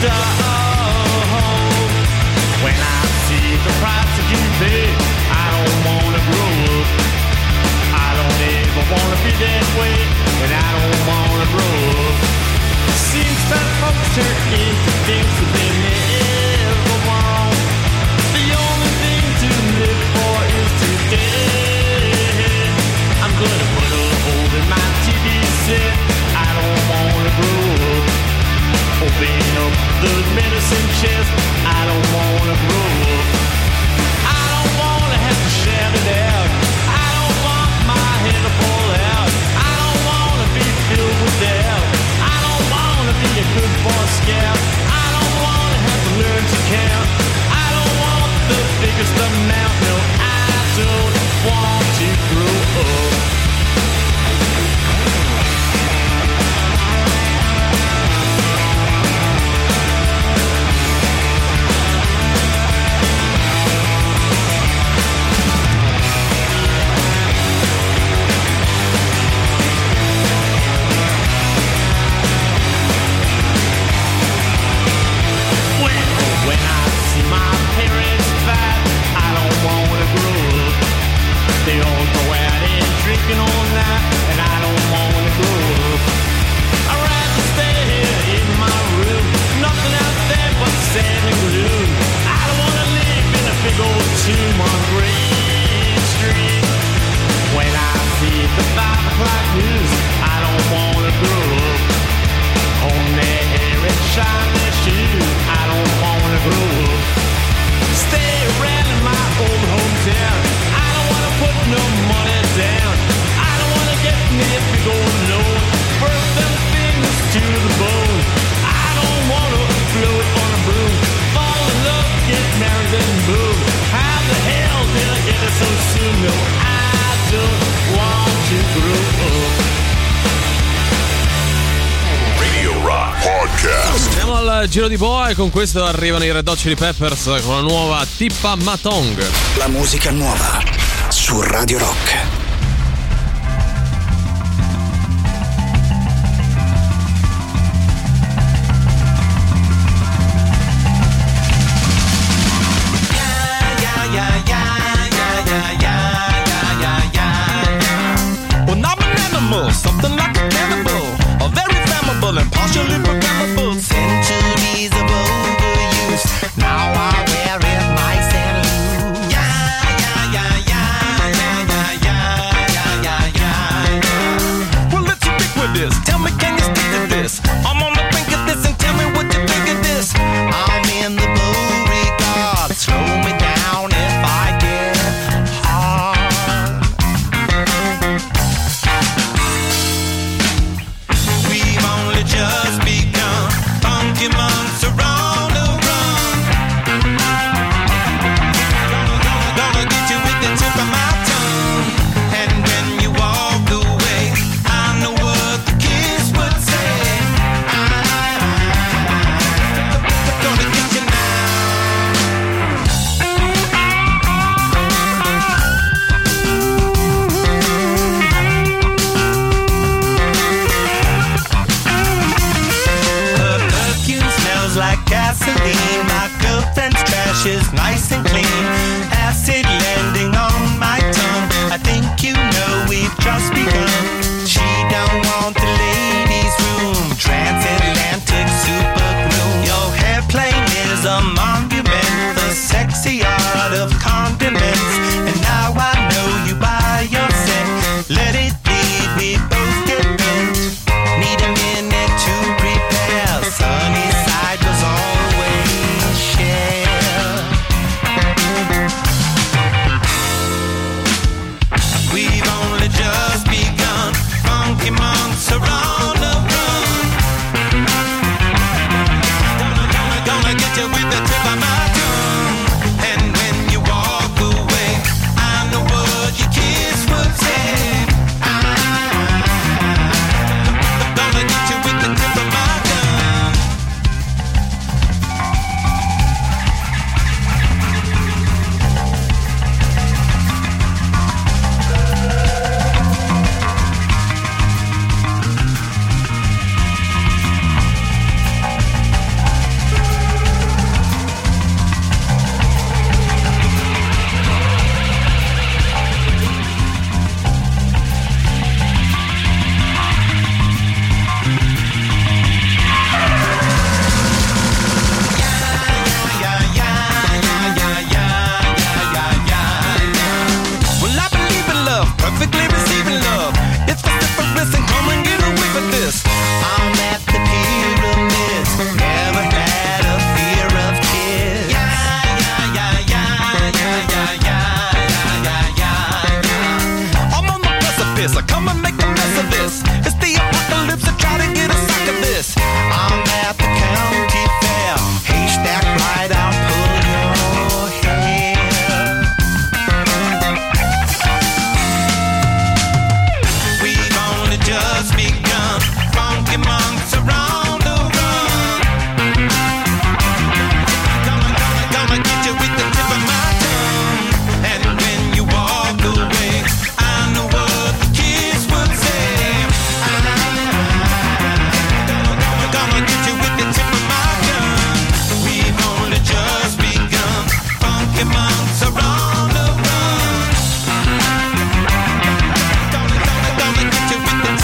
dog. When I see the price that you pay, I don't wanna grow up. I don't ever wanna be that way, and I don't wanna grow up. Seems that folks turn into things that they never want. The only thing to live for is today. I'm gonna put a hole in my TV set. I don't wanna grow up. Open up the medicine chest. I don't wanna grow up. I don't wanna have to shout it out. I don't want my head to fall out. I don't wanna be filled with doubt. I don't wanna be a good Boy Scout. I don't wanna have to learn to count. I don't want the biggest amount. No, I don't want to grow up. When I see my parents fight, I don't wanna grow up. They all go out and drinking all night, and I don't wanna grow up. I'd rather stay here in my room, nothing out there but sand and glue. I don't wanna live in a big old tomb on Green Street. When I see the 5 o'clock news, I don't wanna grow up. Comb their hair and shine their shoes, I don't wanna grow up. Stay around in my old hometown, I don't wanna put no money down. I don't wanna get me a big old loan, burn them fingers to the bone. I don't wanna float on a broom, fall in love, get married and boom. How the hell did I get it so soon? No, I don't want to grow up. Radio Rock Podcast. Andiamo al giro di boa e con questo arrivano i Red Hot Chili Peppers con la nuova Tippa Matong. La musica nuova su Radio Rock. Well, I'm an animal, something like a cannibal, a very flammable and partially programmable. Centuries of overuse, now I wear it nice and loose. Yeah, yeah, yeah, yeah, yeah, yeah, yeah.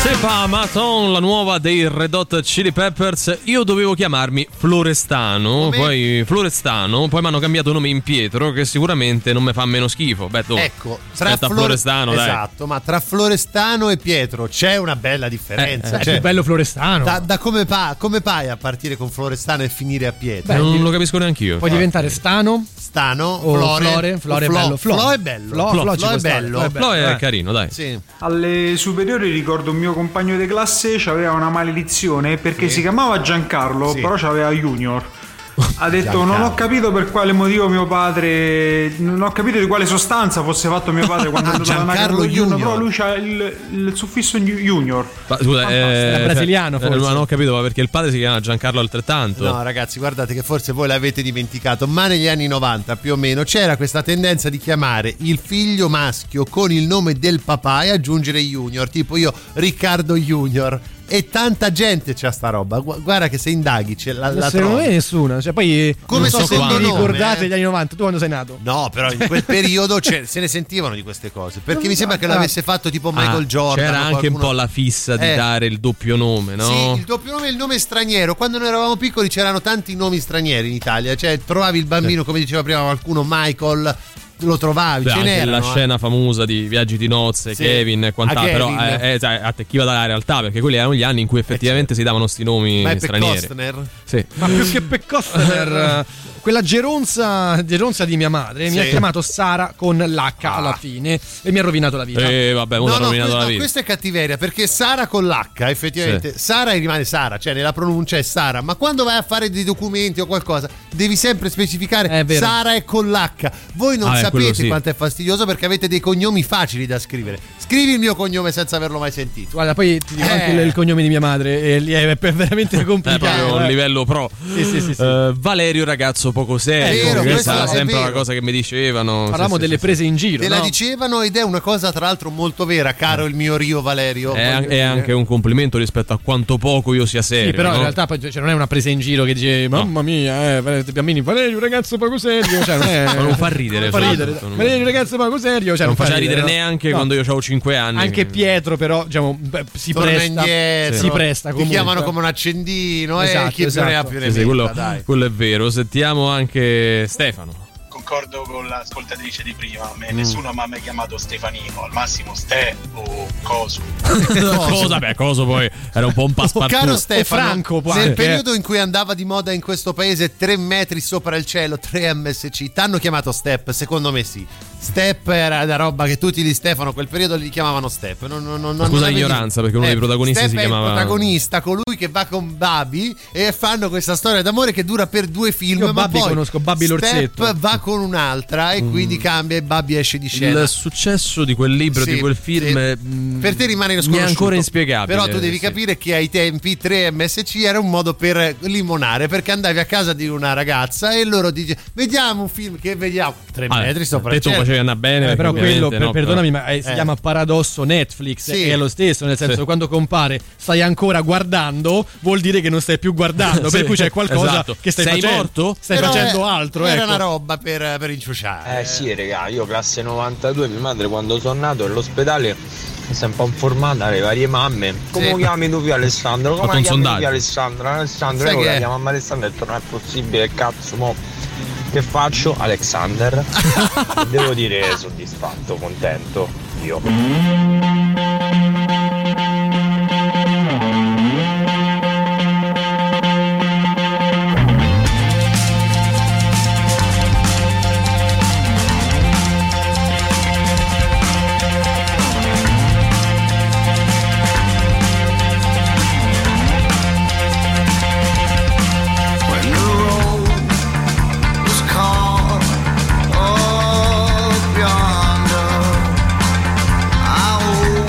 Sepa Maton, la nuova dei Red Hot Chili Peppers. Io dovevo chiamarmi Florestano, poi mi hanno cambiato nome in Pietro, che sicuramente non mi fa meno schifo. Beh, ecco, tra Florestano, dai. Esatto, ma tra Florestano e Pietro c'è una bella differenza. È più bello Florestano. Da come fai a partire con Florestano e finire a Pietro? Beh, non lo capisco neanche io. Puoi diventare Stano o Flore è bello. Flo è bello. Flo è carino, dai. Sì. Alle superiori ricordo un mio compagno di classe c'aveva una maledizione perché si chiamava Giancarlo, però c'aveva Junior. Ha detto non ho capito per quale motivo mio padre, non ho capito di quale sostanza fosse fatto mio padre quando è andato all'anagrafe Junior, però lui c'ha il suffisso Junior. Ma scusa, è brasiliano forse. Non ho capito, ma perché il padre si chiama Giancarlo altrettanto? No ragazzi, guardate che forse voi l'avete dimenticato, ma negli anni 90 più o meno c'era questa tendenza di chiamare il figlio maschio con il nome del papà e aggiungere Junior, tipo io Riccardo Junior. E tanta gente c'ha sta roba. Guarda che se indaghi c'è la secondo me nessuna. Cioè, poi come non so se vi ricordate gli anni 90. Tu quando sei nato? No, però in quel periodo se ne sentivano di queste cose. Perché mi sembra che l'avesse fatto tipo Michael Jordan. C'era anche un po' la fissa di dare il doppio nome, no? Sì, il doppio nome e il nome straniero. Quando noi eravamo piccoli c'erano tanti nomi stranieri in Italia. Cioè trovavi il bambino, come diceva prima qualcuno, Michael, lo trovavi. Beh, anche la scena famosa di Viaggi di nozze, Kevin e quant'altro, però attecchiva dalla realtà, perché quelli erano gli anni in cui effettivamente si davano sti nomi stranieri. Sì. Ma più che Peccostner, quella geronza di mia madre mi ha chiamato Sara con l'H alla fine e mi ha rovinato la vita. Vabbè, ha rovinato la vita. Questa è cattiveria, perché Sara con l'H effettivamente Sara rimane Sara, cioè nella pronuncia è Sara, ma quando vai a fare dei documenti o qualcosa devi sempre specificare Sara è con l'H. Voi non sapete quanto è fastidioso, perché avete dei cognomi facili da scrivere. Scrivi il mio cognome senza averlo mai sentito. Guarda, poi ti dico anche il cognome di mia madre, è veramente complicato. È proprio un livello pro. Sì. Valerio, ragazzo poco serio. Questa è sempre una cosa che mi dicevano. Parlavamo delle prese in giro. Te la dicevano, ed è una cosa tra l'altro molto vera, caro il mio Rio Valerio. È anche un complimento rispetto a quanto poco io sia serio. Sì, però in realtà poi, non è una presa in giro che dice mamma mia, bambini, Valerio ragazzo poco serio. Cioè, non fa ridere. Valerio ragazzo poco serio. Cioè, non faceva ridere neanche quando io avevo 5 anni. Anche Pietro, però, diciamo, si presta comunque. Ti chiamano come un accendino, chi ne ha più ne metta, quello è vero. Sentiamo anche Stefano. Concordo con l'ascoltatrice di prima, nessuno mi ha mai chiamato Stefanino, al massimo Ste o Cosu. Coso poi era un po' un passepartout. Caro Stefano, Franco, nel periodo in cui andava di moda in questo paese 3 metri sopra il cielo, 3 MSC, t'hanno chiamato Step? Secondo me sì. Step era la roba che tutti gli Stefano quel periodo li chiamavano Step. Scusa l'ignoranza, perché uno dei protagonisti Step si chiamava. È il protagonista, colui che va con Babi e fanno questa storia d'amore che dura per 2 film. Io Babi conosco, Babi l'orsetto. Step va con un'altra e quindi cambia e Babi esce di scena. Il successo di quel libro, di quel film, per te rimane sconosciuto. È ancora inspiegabile. Però tu devi capire che ai tempi 3 MSC era un modo per limonare, perché andavi a casa di una ragazza e loro dice vediamo un film, che vediamo 3 metri sopra il cielo. Facevi andare bene, però quello perdonami, ma si chiama paradosso Netflix, è lo stesso, nel senso quando compare stai ancora guardando vuol dire che non stai più guardando, per cui c'è qualcosa che stai facendo. Morto? Stai facendo altro, era una roba per inciuciare. Sì, raga, io classe 92, mia madre quando sono nato all'ospedale si è un po' informata alle varie mamme. Come chiami tu più Alessandro? Come chiami tu più Alessandro? Alessandro, io la chiamo Alessandro e ho detto non è possibile, cazzo, mo che faccio? Alexander. Devo dire soddisfatto, contento io. Up yonder, I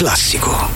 classico.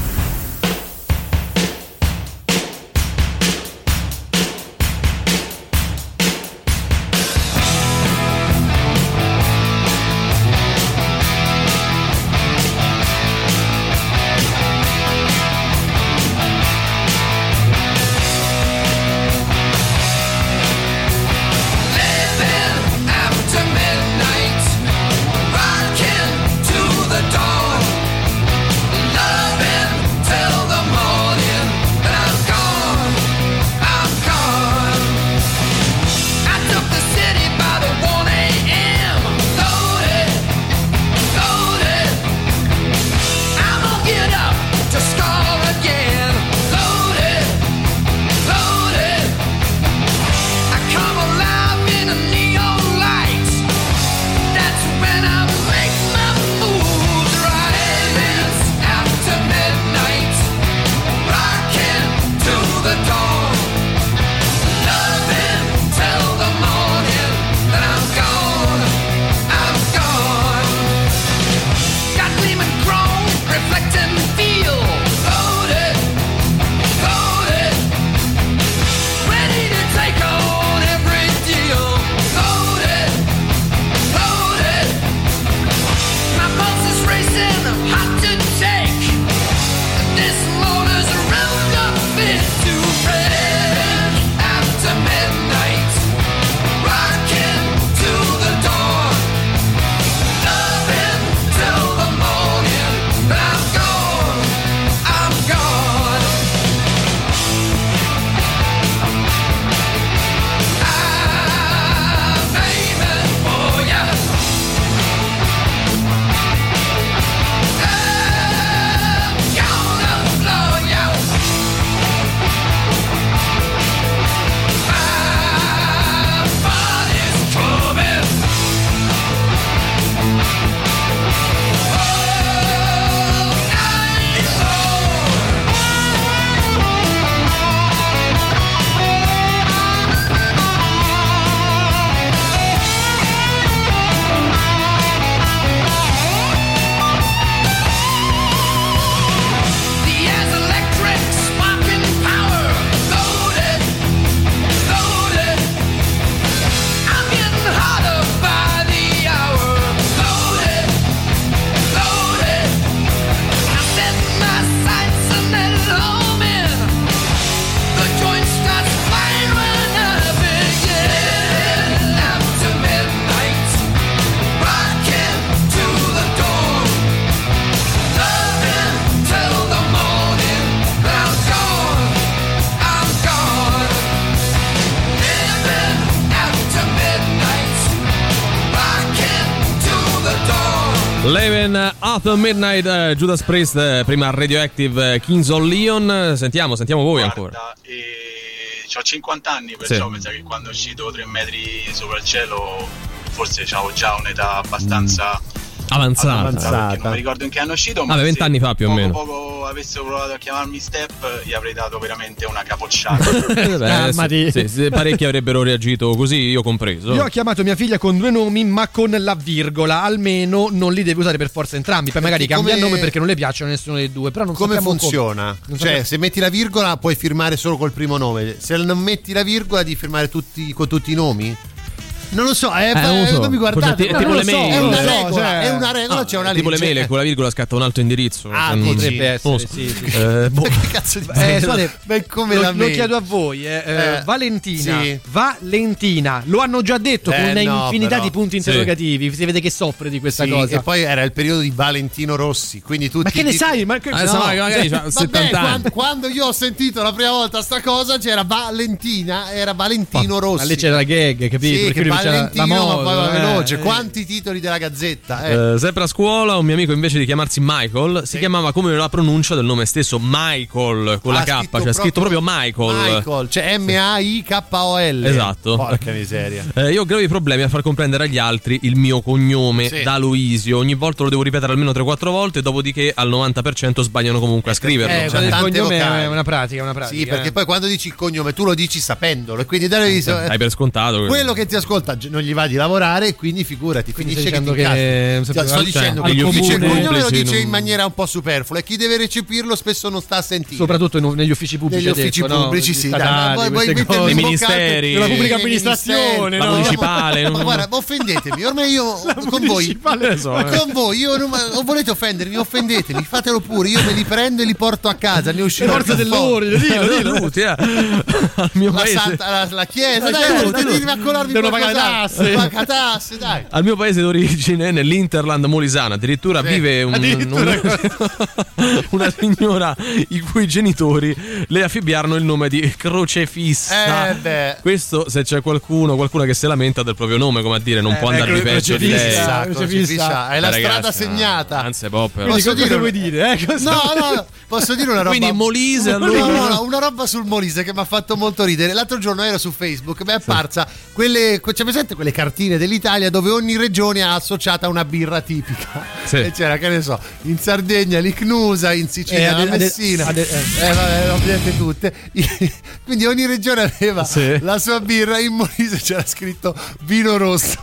Leven After Midnight, Judas Priest, prima Radioactive, Kings of Leon. Sentiamo voi. Guarda, ancora. Ho 50 anni, perciò penso che quando è uscito 3 metri sopra il cielo forse avevo già un'età abbastanza avanzata. Non mi ricordo in che anno è uscito, ma 20 anni fa più o meno. Poco avessero provato a chiamarmi Step, gli avrei dato veramente una capocciata. Sì, parecchi avrebbero reagito così, io compreso. Io ho chiamato mia figlia con 2 nomi, ma con la virgola, almeno non li devi usare per forza entrambi. Poi magari cambia il nome perché non le piacciono nessuno dei due. Però non come funziona? Cioè, se metti la virgola puoi firmare solo col primo nome. Se non metti la virgola devi firmare con tutti i nomi? Non lo so, non mi guardate, tipo le mail. È una regola, è una regola, c'è una tipo legge. Le mail con la virgola scatta un altro indirizzo. Potrebbe essere, sì. Che cazzo di come la mail. Lo chiedo a voi, Valentina. Sì. Valentina, lo hanno già detto con un'infinità di punti interrogativi. Si vede che soffre di questa cosa. E poi era il periodo di Valentino Rossi, quindi tutti. Ma che ne sai? Magari 70 anni. Quando io ho sentito la prima volta sta cosa c'era Valentina, era Valentino Rossi. Ma lì c'era la gag, capito? Sì, che Valentino, ma poi va veloce. Quanti titoli della Gazzetta? Sempre a scuola, un mio amico invece di chiamarsi Michael si chiamava come la pronuncia del nome stesso, Michael con la K, cioè scritto proprio Michael, cioè Maikol. Esatto. Porca miseria. Io ho gravi problemi a far comprendere agli altri il mio cognome da Luisio. Ogni volta lo devo ripetere almeno 3-4 volte, dopodiché al 90% sbagliano comunque a scriverlo. Il cognome è una pratica. Sì, perché poi quando dici il cognome tu lo dici sapendolo, e quindi da Luisio hai per scontato quello che ti ascolta volta non gli va di lavorare, quindi figurati, finisce che ti sto dicendo che gli uffici il cognome pubblici lo dice in maniera un po' superflua e chi deve recepirlo spesso non sta a sentire. Soprattutto negli uffici pubblici. Negli uffici pubblici, sì, nei ministeri, nella pubblica amministrazione, la municipale. Ma guarda, offendetemi, ormai io con voi, io non, volete offendermi, offendetemi, fatelo pure, io me li prendo e li porto a casa, ne uscirò forza dell'ordine, dillo. Al mio paese, la chiesa, dai, devi accolarmi devono pagare tasse, dai. Al mio paese d'origine, nell'Interland Molisano, addirittura vive una signora i cui genitori le affibbiarono il nome di Crocefissa. Questo, se c'è qualcuno che si lamenta del proprio nome, come a dire, non può andare peggio di lei. Crocefissa è la strada segnata. Posso dire, vuoi dire? No, posso dire una roba. Quindi Molise, allora. No, una roba sul Molise che mi ha fatto molto ridere. L'altro giorno ero su Facebook, mi è apparsa c'è presente quelle cartine dell'Italia dove ogni regione ha associata una birra tipica. E c'era, che ne so, in Sardegna l'Icnusa, in Sicilia la Messina, ovviamente tutte. Quindi ogni regione aveva la sua birra. In Molise c'era scritto vino rosso.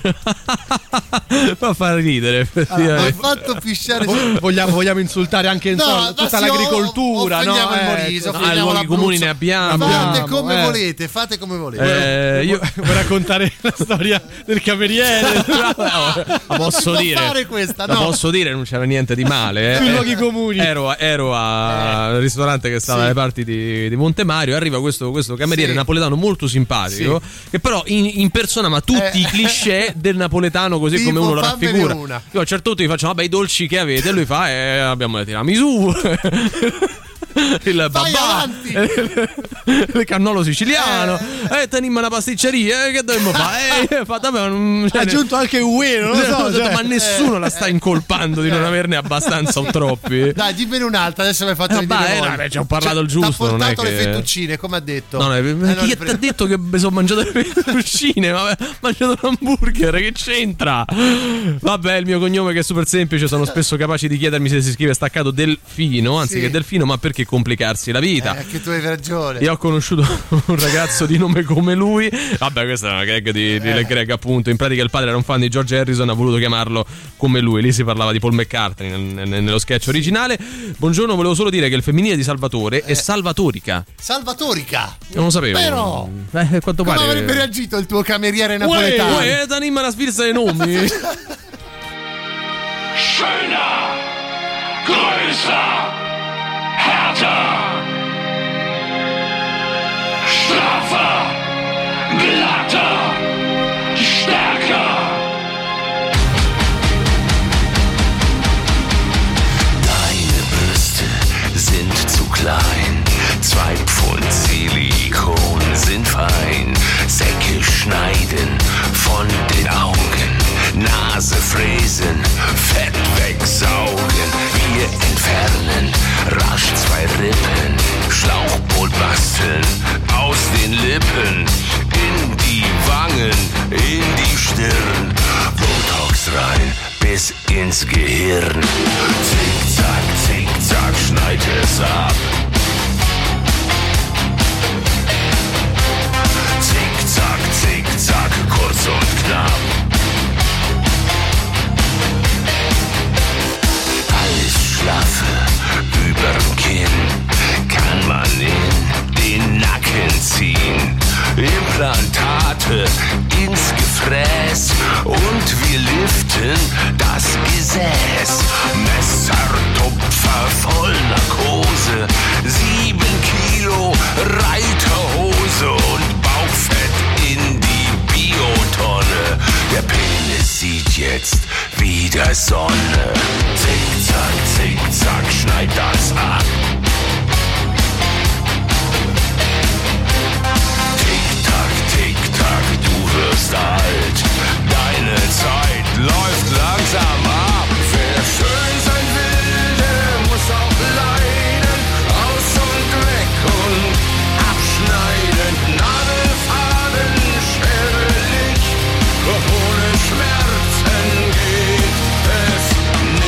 Fa far ridere. Hai fatto pisciare. Vogliamo insultare anche tutta l'agricoltura, no? I luoghi comuni ne abbiamo. Fate come volete. Io vuoi raccontare la storia del cameriere? Posso dire questa, posso dire, non c'era niente di male. Sui luoghi comuni. Ero al ristorante che stava dalle parti di Montemario. Arriva questo cameriere napoletano molto simpatico, che però impersonava tutti i cliché del napoletano così come uno lo raffigura. Io a un certo punto gli faccio: vabbè, i dolci che avete? E lui fa: abbiamo le tiramisù. Il babà, il cannolo siciliano, teniamo una pasticceria, che dovremmo fare? Ha aggiunto anche Ueno, non lo so, ma nessuno la sta incolpando di non averne abbastanza o troppi. Dai, dimmene un'altra, adesso mi hai fatto vedere. Ci ho parlato il giusto. T'ha non è portato che... le fettuccine, come ha detto. Chi ti ha detto che mi sono mangiato le fettuccine? Ho mangiato un hamburger, che c'entra? Vabbè, il mio cognome che è super semplice, sono spesso capaci di chiedermi se si scrive staccato Delfino, anziché Delfino, ma perché complicarsi la vita? Che tu hai ragione. Io ho conosciuto un ragazzo di nome come lui. Vabbè, questa è una gag di Greg, appunto. In pratica il padre era un fan di George Harrison, ha voluto chiamarlo come lui. Lì si parlava di Paul McCartney nello sketch originale. Buongiorno, volevo solo dire che il femminile di Salvatore è Salvatorica. Salvatorica? Non lo sapevo. Però quanto come pare avrebbe reagito il tuo cameriere napoletano? Danima la sfilza dei nomi. Schöner, größer, härter, straffer, glatter, stärker. Deine Brüste sind zu klein, 2 Pfund Silikon sind fein, Säcke schneiden von den Augen, Nase fräsen, Fett wegsaugen, wir entfernen rasch 2 Rippen, Schlauchboot basteln aus den Lippen, in die Wangen, in die Stirn, Botox rein bis ins Gehirn, zick, zack, schneid es ab. Zick, zack, kurz und knapp. Alles Schlaffe überm Kinn kann man in den Nacken ziehen. Implantate ins Gefräß und wir liften das Gesäß. Messertupfer voll Narkose, 7 Kilo Reiterhose und Bauchfett in die Biotonne. Der Penis sieht jetzt wieder Sonne. Zick, zack, schneid das ab. Tick, tack, du wirst alt. Deine Zeit läuft langsam ab. Wer schön sein will, der muss auch leiden. Aus und weg und abschneiden. Nadelfaden, Schere, Licht. Doch ohne Schmerzen geht es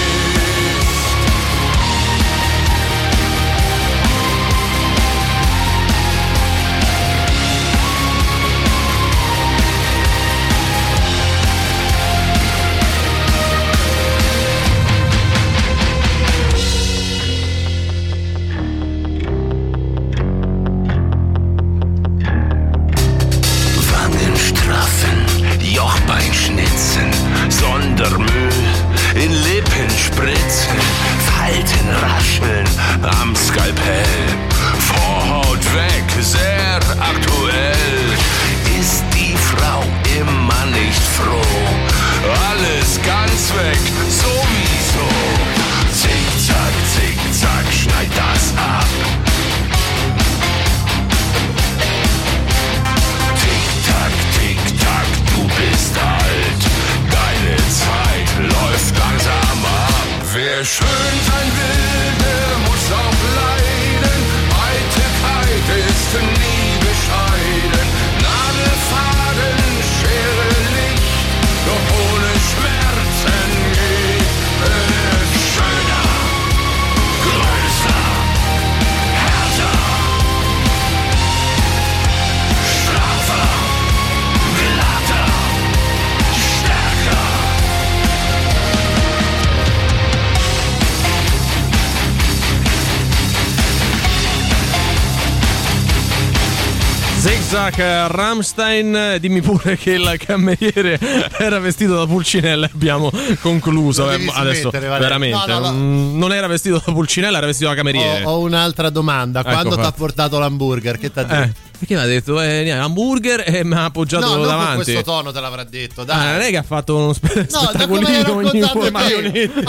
Zigzag, Rammstein, dimmi pure che il cameriere era vestito da Pulcinella, abbiamo concluso. Adesso veramente no. Non era vestito da Pulcinella, era vestito da cameriere. Ho un'altra domanda. Quando ti ha portato l'hamburger, che ti ha detto? Perché mi ha detto hamburger e mi ha appoggiato davanti. No, con questo tono te l'avrà detto, dai. Non è che ha fatto uno spettacolino ogni marionetta.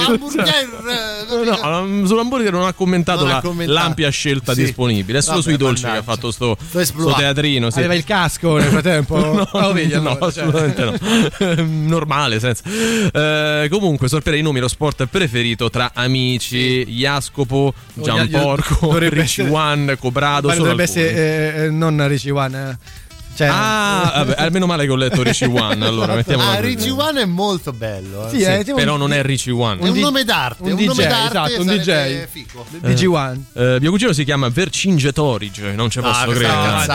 No, sull'hamburger non ha commentato l'ampia scelta disponibile. È solo sui dolci che ha fatto sto teatrino. Sì. Aveva il casco nel frattempo? No, assolutamente no. Normale, senza. Comunque, sorpresa i nomi, lo sport preferito tra amici, Jacopo, Gianporco, Richie One, Cobrado. Dovrebbe essere non Richie One. Cioè, vabbè, almeno male che ho letto Richie One. Allora, Richie One è molto bello. Sì, però non è Richie One. È un nome d'arte. Un DJ, esatto, un DJ. Fico. DJ One. Mio cugino si chiama Vercingetorige. Non ci posso credere.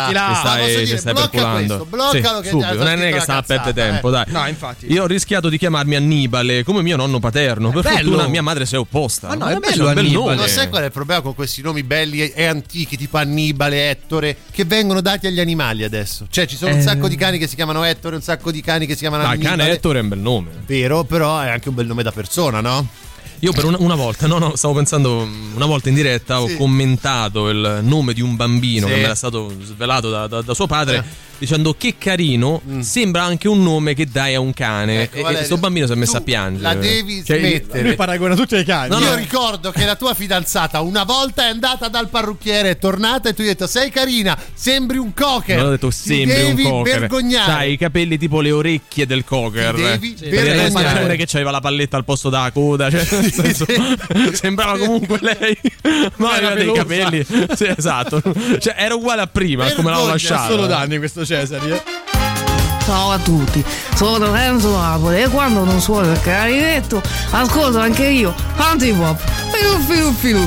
Ti stai perculando. Bloccalo, che subito. Non è che sta a perdere tempo, dai. No, infatti. Io ho rischiato di chiamarmi Annibale come mio nonno paterno. Per fortuna mia madre si è opposta. Ma no, è bello un bel nome. Non sai qual è il problema con questi nomi belli e antichi, tipo Annibale, Ettore, che vengono dati agli animali adesso. Cioè ci sono un sacco di cani che si chiamano Ettore, un sacco di cani che si chiamano Annibale. Cane Ettore è un bel nome. Vero, però è anche un bel nome da persona, no? Io per una volta, stavo pensando, una volta in diretta ho commentato il nome di un bambino che mi era stato svelato da suo padre dicendo che carino, sembra anche un nome che dai a un cane. Ecco, e sto bambino si è messo a piangere. La devi smettere. Lui paragona tutti ai cani. Io ricordo che la tua fidanzata una volta è andata dal parrucchiere, è tornata e tu hai detto sei carina, sembri un cocker. Non ho detto sembri un cocker. Devi vergognare. Sai, i capelli tipo le orecchie del cocker. Devi vergognare. Pure che c'aveva la palletta al posto della coda, cioè nel senso, sembrava comunque lei. Ma aveva dei capelli. Sì, esatto. Cioè era uguale a prima, come l'hanno lasciato. Solo danni questo Cesare. Ciao a tutti, sono Renzo Napoli e quando non suono il clarinetto ascolto anche io Antipop. Filu.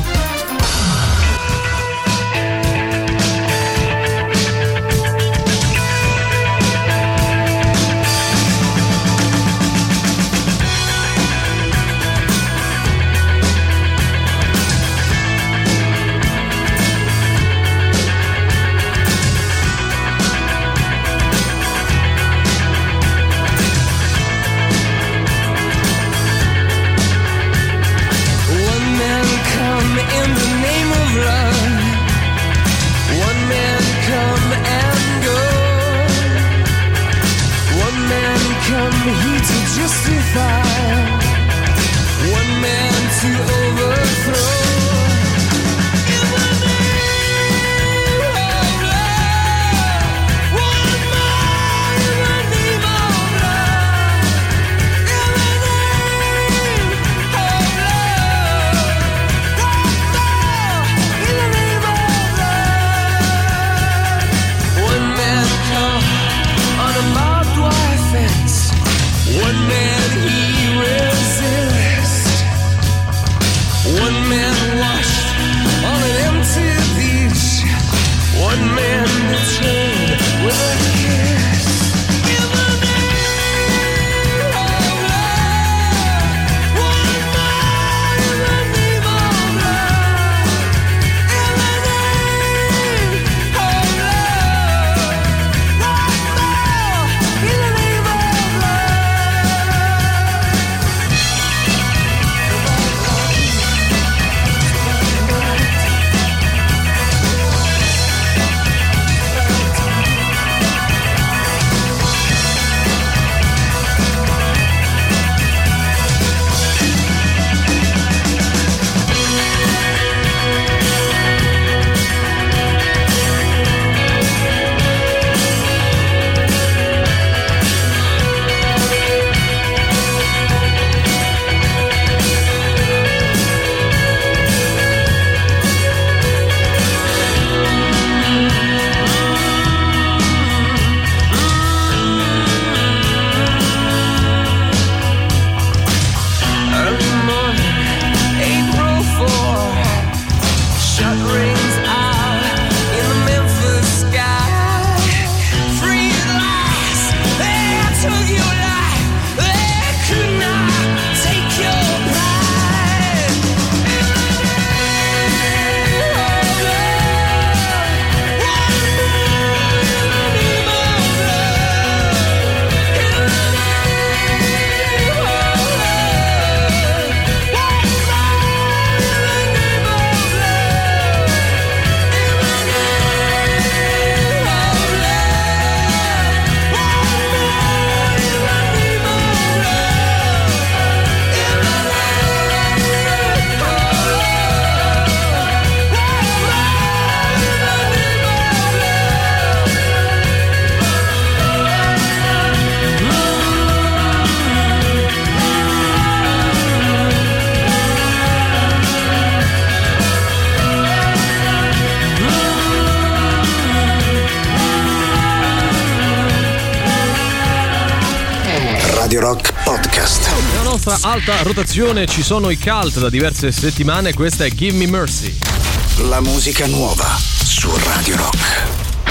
One man come in Radio Rock Podcast. Nella nostra alta rotazione ci sono i Cult da diverse settimane, questa è Give Me Mercy. La musica nuova su Radio Rock.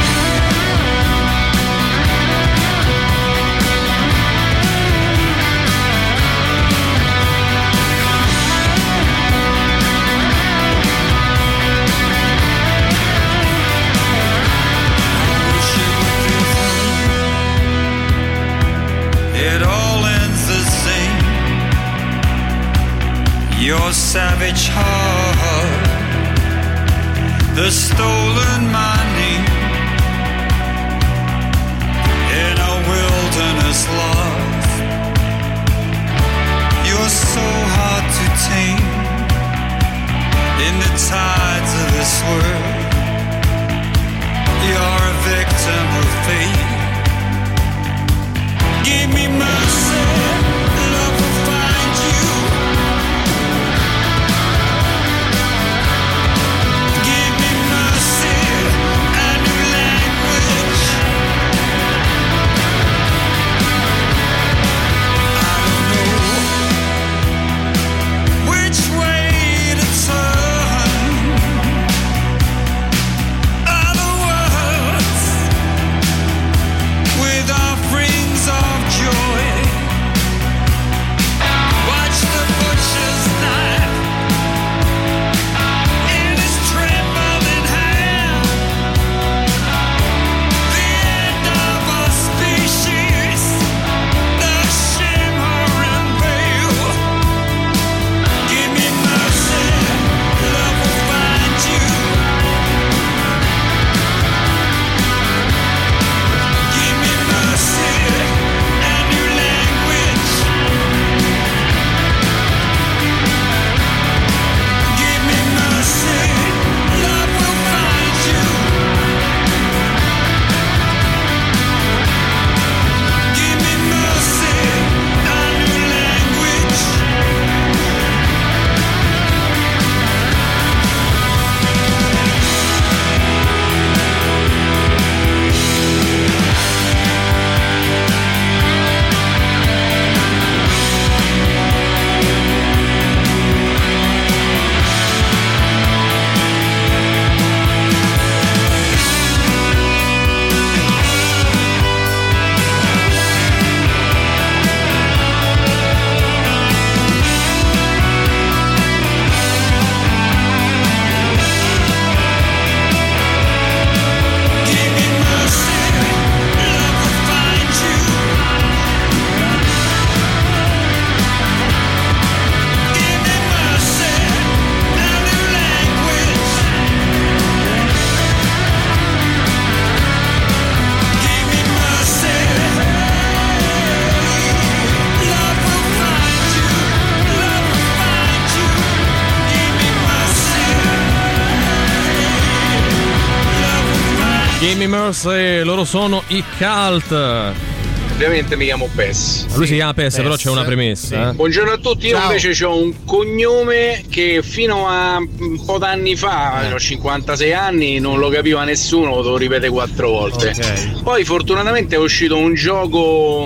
Your savage heart, the stolen money in a wilderness lost. You're so hard to tame in the tides of this world. You're a victim of fate. Give me mercy, love will find you. Loro sono i Cult. Ovviamente mi chiamo Pes. Lui si chiama Pes, però c'è una premessa. Sì. Buongiorno a tutti, io invece ho un cognome che fino a un po' d'anni fa, ho 56 anni, non lo capiva nessuno, lo devo ripetere 4 volte. Okay. Poi fortunatamente è uscito un gioco,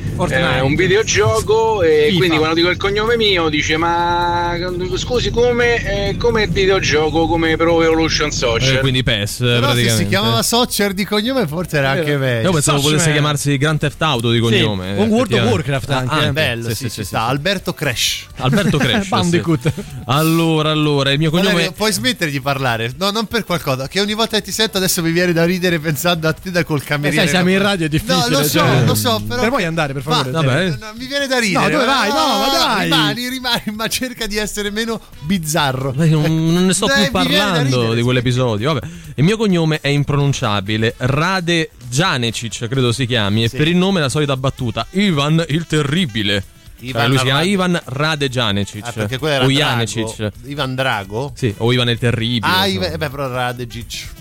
un videogioco, e FIFA. Quindi quando dico il cognome mio dice ma scusi come videogioco, come Pro Evolution Soccer, quindi PES. Però se si chiamava Soccer di cognome forse era anche meglio. Io pensavo potesse chiamarsi Grand Theft Auto di cognome. Sì, un World of Warcraft anche. Bello, sì, sta. Alberto Crash. Bandicoot. Allora il mio cognome. Valerio, puoi smettere di parlare? No, non per qualcosa, che ogni volta che ti sento adesso mi viene da ridere pensando a te da col cameriere. Sai, siamo in radio, è difficile. No, lo so, però per poi andare, per favore. Vabbè. No, mi viene da ridere. No, dove vai? No, ma dai. Rimani, ma cerca di essere meno bizzarro. Non ne sto più parlando di quell'episodio. Vabbè. Il mio cognome è impronunciabile. Rade Janecic, credo si chiami. E per il nome la solita battuta: Ivan il Terribile. Lui si chiama Ivan Rade Janecic. Perché quello era o Janecic. Ivan Drago? Sì, o Ivan il Terribile. Però Radegic.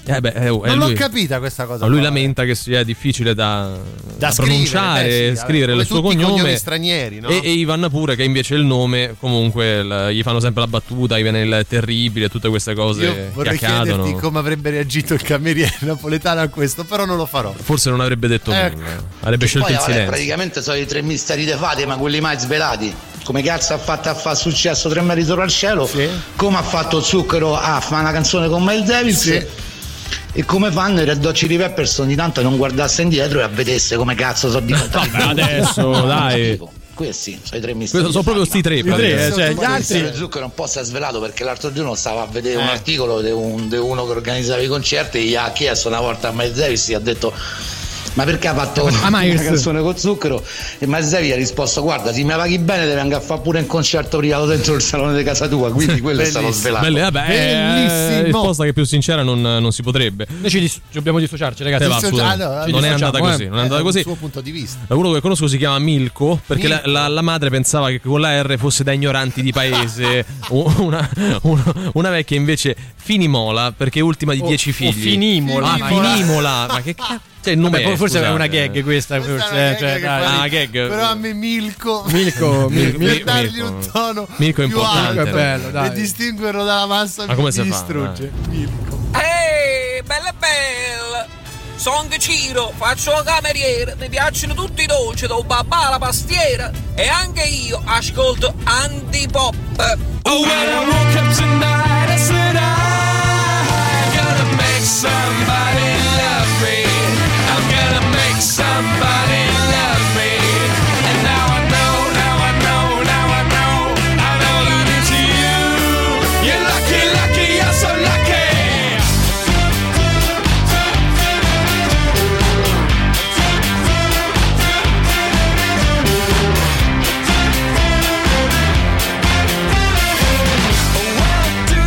Non l'ho capita questa cosa. Lui lamenta che sia difficile da pronunciare, scrivere il suo cognome stranieri, no? E Ivan pure, che invece il nome comunque gli fanno sempre la battuta, Ivan il terribile, tutte queste cose. Io vorrei che accadono. chiederti come avrebbe reagito il cameriere napoletano a questo, però non lo farò. Forse non avrebbe detto nulla, avrebbe scelto il silenzio. Praticamente sono i 3 misteri di Fatima, quelli mai svelati. Come cazzo ha fatto a fare successo 3 metri sopra il cielo? Sì. Come ha fatto Zucchero a fare una canzone con Miles Davis? Sì. E come fanno i Red Hot Chili Peppers ogni tanto a non guardarsi indietro e a vedesse come cazzo sono diventati. Adesso dai. Questi sono i 3 misteri. Sono proprio sti 3. Cioè, gli altri. Zucchero un po' si è svelato perché l'altro giorno stava a vedere un articolo di uno che organizzava i concerti e gli ha chiesto una volta a Miles Davis, gli ha detto: ma perché ha fatto una canzone con Zucchero? E Miles Davis ha risposto: guarda, se mi paghi bene devi andare a fare pure un concerto privato dentro il salone di casa tua, quindi quello è stato svelato. Bellissimo. Risposta che più sincera non si potrebbe. Noi ci dobbiamo dissociarci, ragazzi. Non è andata così, non è andata così. Il suo punto di vista. Uno che conosco si chiama Milko, perché la madre pensava che con la R fosse da ignoranti di paese. Una vecchia invece Finimola, perché è ultima di 10 figli. Finimola. Ma che cazzo? Il nome forse è una gag questa, gag. Però a me Milko per dargli un tono Milko è importante, è bello, dai. E distinguerlo dalla massa ma come si distrugge. Milko. Ehi, bella, sono Ciro, faccio la cameriere, mi piacciono tutti i dolci, do babà la pastiera e anche io ascolto Antipop. Oh, when I woke up tonight, I said I gotta make somebody love me. I'm gonna make somebody love me. And now I know that it's you. You're lucky, you're so lucky. Well, do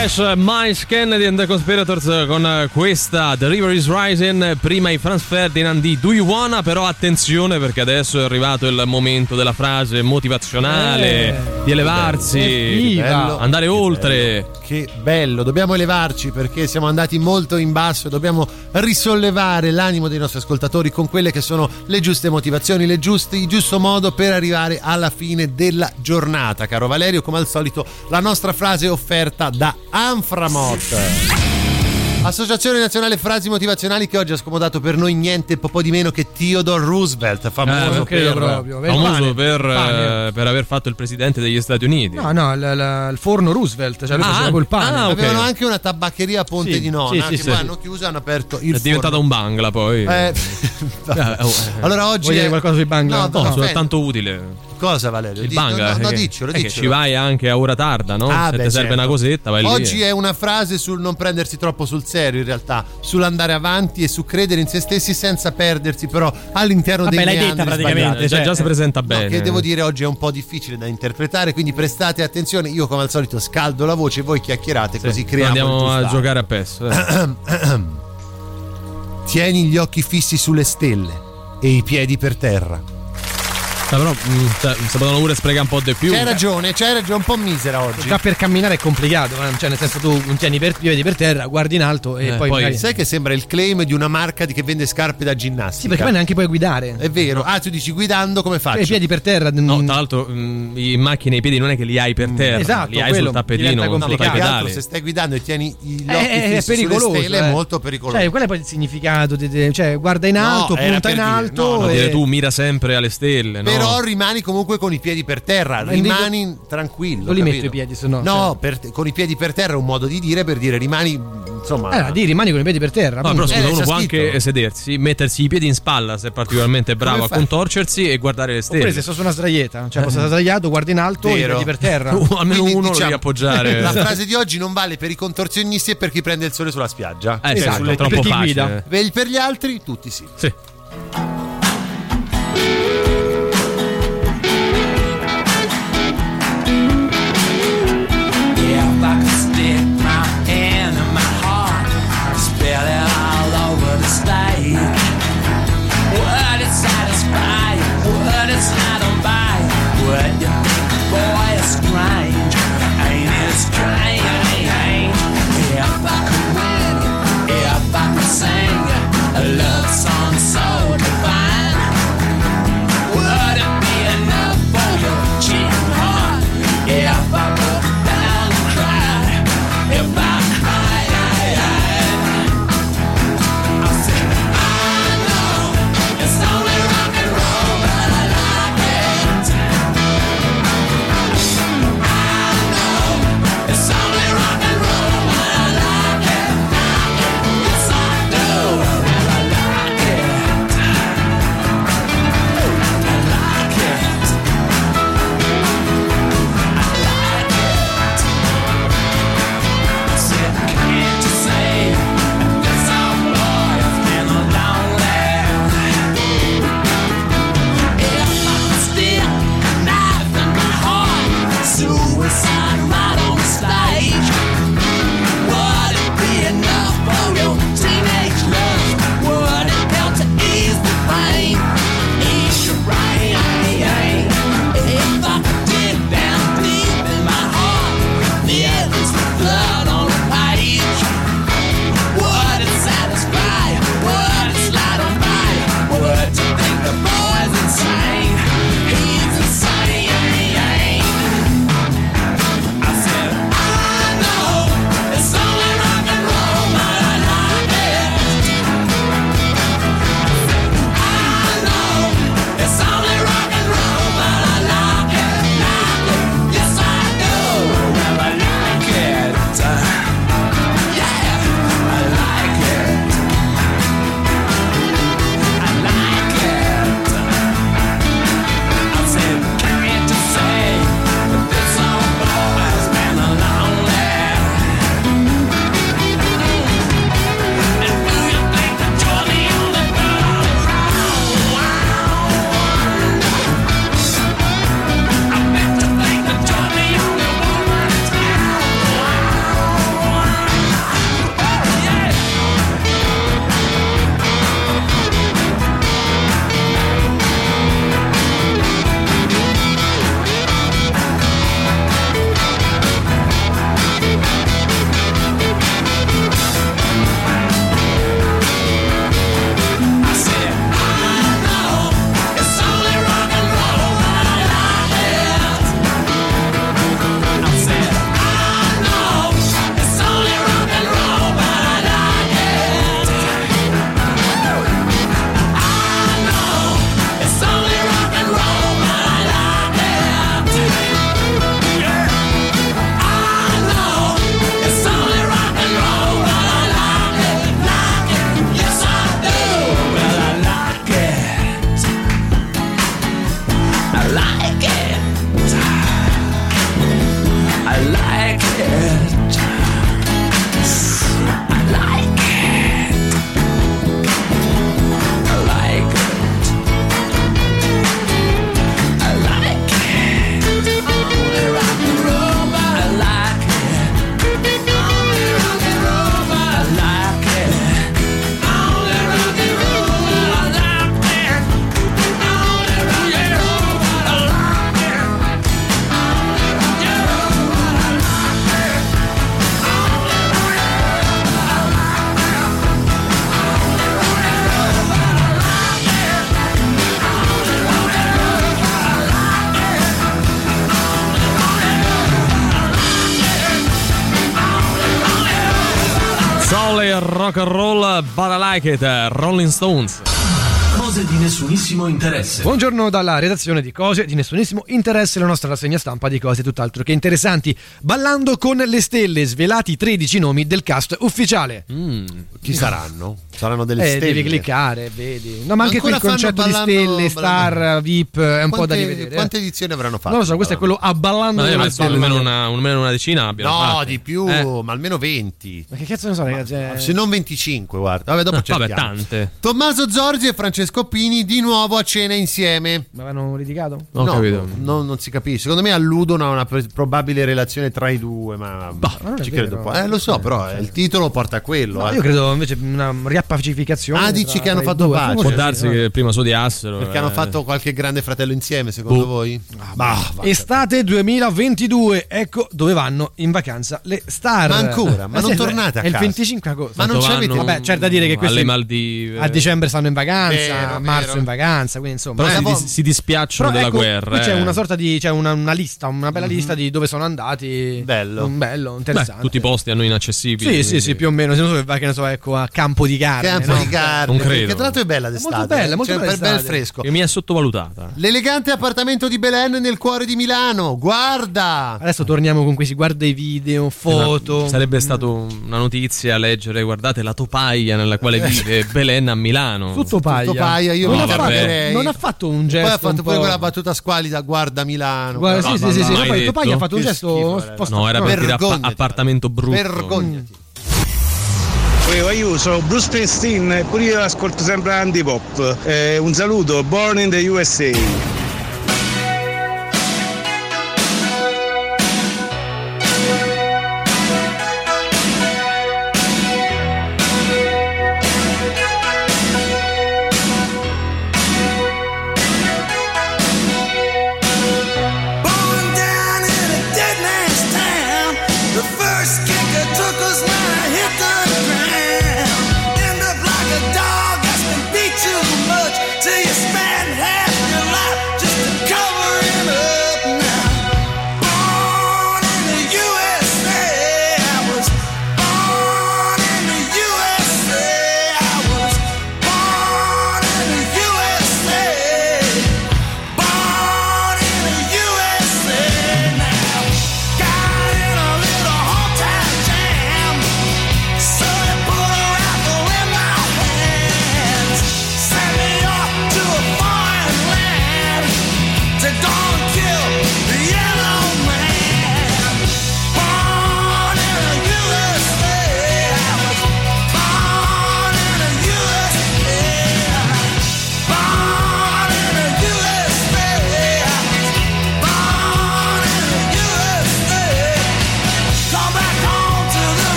Clash, Miles Kennedy and the Conspirators con questa The River is Rising, prima i Franz Ferdinand di Do You Wanna, però attenzione perché adesso è arrivato il momento della frase motivazionale, di elevarsi, andare oltre. Che bello, dobbiamo elevarci perché siamo andati molto in basso e dobbiamo risollevare l'animo dei nostri ascoltatori con quelle che sono le giuste motivazioni, il giusto modo per arrivare alla fine della giornata. Caro Valerio, come al solito la nostra frase offerta da Anframot, Associazione Nazionale Frasi Motivazionali, che oggi ha scomodato per noi niente po' di meno che Theodore Roosevelt, famoso per aver fatto il presidente degli Stati Uniti. No, il forno Roosevelt, cioè lui faceva col pane. Avevano anche una tabaccheria a Ponte di Nona, che poi hanno chiuso e hanno aperto il forno. È diventata un bangla poi. Allora oggi vuoi dire qualcosa di bangla? No, soltanto utile. Cosa, Valerio? Il bangla, diccelo. Che ci vai anche a ora tarda, no? Se ti serve una cosetta, vai lì. Oggi è una frase sul non prendersi troppo sul serio, in realtà, sull'andare avanti e su credere in se stessi senza perdersi però all'interno dei meandri. L'hai detta praticamente, già si presenta bene. Che devo dire oggi è un po' difficile da interpretare, quindi prestate attenzione. Io come al solito scaldo la voce, voi chiacchierate, così creiamo andiamo a giocare a PES. Tieni gli occhi fissi sulle stelle e i piedi per terra. Però se potevano pure sprecare un po' di più. C'hai ragione, un po' misera oggi. Già per camminare è complicato, cioè nel senso tu tieni i piedi per terra, guardi in alto e poi magari... Sai che sembra il claim di una marca che vende scarpe da ginnastica. Sì, perché poi neanche puoi guidare. È vero. Tu dici guidando come faccio? I piedi per terra. No, tra l'altro in macchina i piedi non è che li hai per terra, esatto, li hai sul tappetino, se stai guidando e tieni gli occhi fissi sulle stelle è molto pericoloso. Cioè, qual è poi il significato? Cioè, guarda in alto, punta in alto. Tu mira sempre alle stelle, però rimani comunque con i piedi per terra, rimani tranquillo. Non li metto i piedi, se no. No, con i piedi per terra è un modo di dire per dire rimani, insomma. Rimani con i piedi per terra. No, però scusa, uno può anche sedersi, mettersi i piedi in spalla se è particolarmente bravo a contorcersi e guardare le stelle. Oppure se sto su una sdraietta, cioè posso stare sdraiato, guardi in alto, i piedi per terra. Almeno uno lo devi appoggiare. La frase di oggi non vale per i contorsionisti e per chi prende il sole sulla spiaggia. Esatto, troppo per chi facile. Guida. Per gli altri tutti sì. Sì. Sing a love song so Soul e rock and roll, but I like it, Rolling Stones. Cose di nessunissimo interesse. Buongiorno dalla redazione di Cose di nessunissimo interesse, la nostra rassegna stampa di cose tutt'altro che interessanti. Ballando con le stelle, svelati 13 nomi del cast ufficiale. Chi saranno? Saranno delle stelle. Devi cliccare, vedi. No, ma anche qui il concetto di stelle, star, VIP è un po' da rivedere. Quante edizioni avranno fatto? Non lo so, questo è quello a Ballando con le stelle. Almeno una decina abbiano No, fatte. di più, ma almeno 20. Ma che cazzo ne so, ragazzi? Se non 25, guarda. Vabbè, dopo cerchiamo. Vabbè, tante. Tommaso Zorzi e Francesco Pini di nuovo a cena insieme. Ma avevano litigato? Non ho capito. Non si capisce. Secondo me alludono a una probabile relazione tra i due, ma ci credo un po'. Lo so, però il titolo porta a quello. Io credo invece una riappacificazione. Dici che hanno fatto pace. Può darsi che prima si odiassero. Perché hanno fatto qualche grande fratello insieme, secondo voi? Estate 2022, ecco dove vanno in vacanza le star. Ma ancora? Ma non tornate a casa? È il 25 agosto. Ma non c'avete? Vabbè, c'è da dire che questi alle Maldive. A dicembre stanno in vacanza, a marzo in vacanza, quindi insomma. Però si dispiacciono della guerra. Qui c'è una sorta di una lista, una bella lista di dove sono andati. Bello, interessante. Tutti i posti a noi inaccessibili. Sì, più o meno. Se non va, che ne so, ecco, a Campo di Carne. Non credo. Che tra l'altro è bella d'estate. Molto bella, bel fresco. Che mi è sottovalutata. L'elegante appartamento di Belen nel cuore di Milano. Guarda. Adesso torniamo con questi guarda i video, foto. Sarebbe stato una notizia leggere, guardate la topaia nella quale vive Belen a Milano. Tutto paia. Io non ha fatto un gesto. Poi ha fatto pure quella battuta squalida, guarda Milano. Guarda, sì. Poi Topaia ha fatto un gesto. No, era per dire appartamento brutto. Vergognati. Io sono Bruce Springsteen e pure io ascolto sempre Antipop. Un saluto, Born in the USA. Till you spend half your life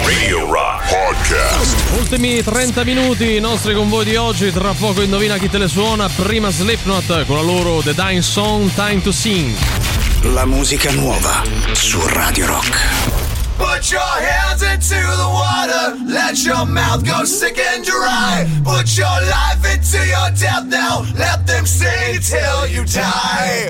Radio Rock Podcast. Ultimi 30 minuti nostri con voi di oggi. Tra poco indovina chi te le suona. Prima Slipknot con la loro The Dying Song, Time to Sing. La musica nuova su Radio Rock. Put your hands into the water, let your mouth go sick and dry. Put your life into your death now, let them sing till you die.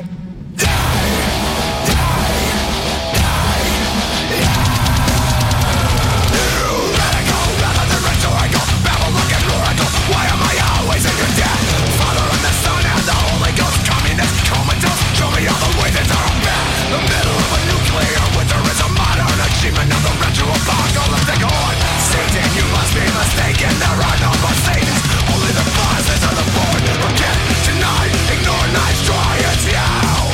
Why am I always in your debt? Father and the Son and the Holy Ghost, communist, comatose, show me all the ways that are bad. The middle of a nuclear winter is a modern achievement of the retro-apocalyptic horde. Satan, you must be mistaken, there are no more Satans, only the bosses of the born. Forget, deny, ignore, nice, try, it's you.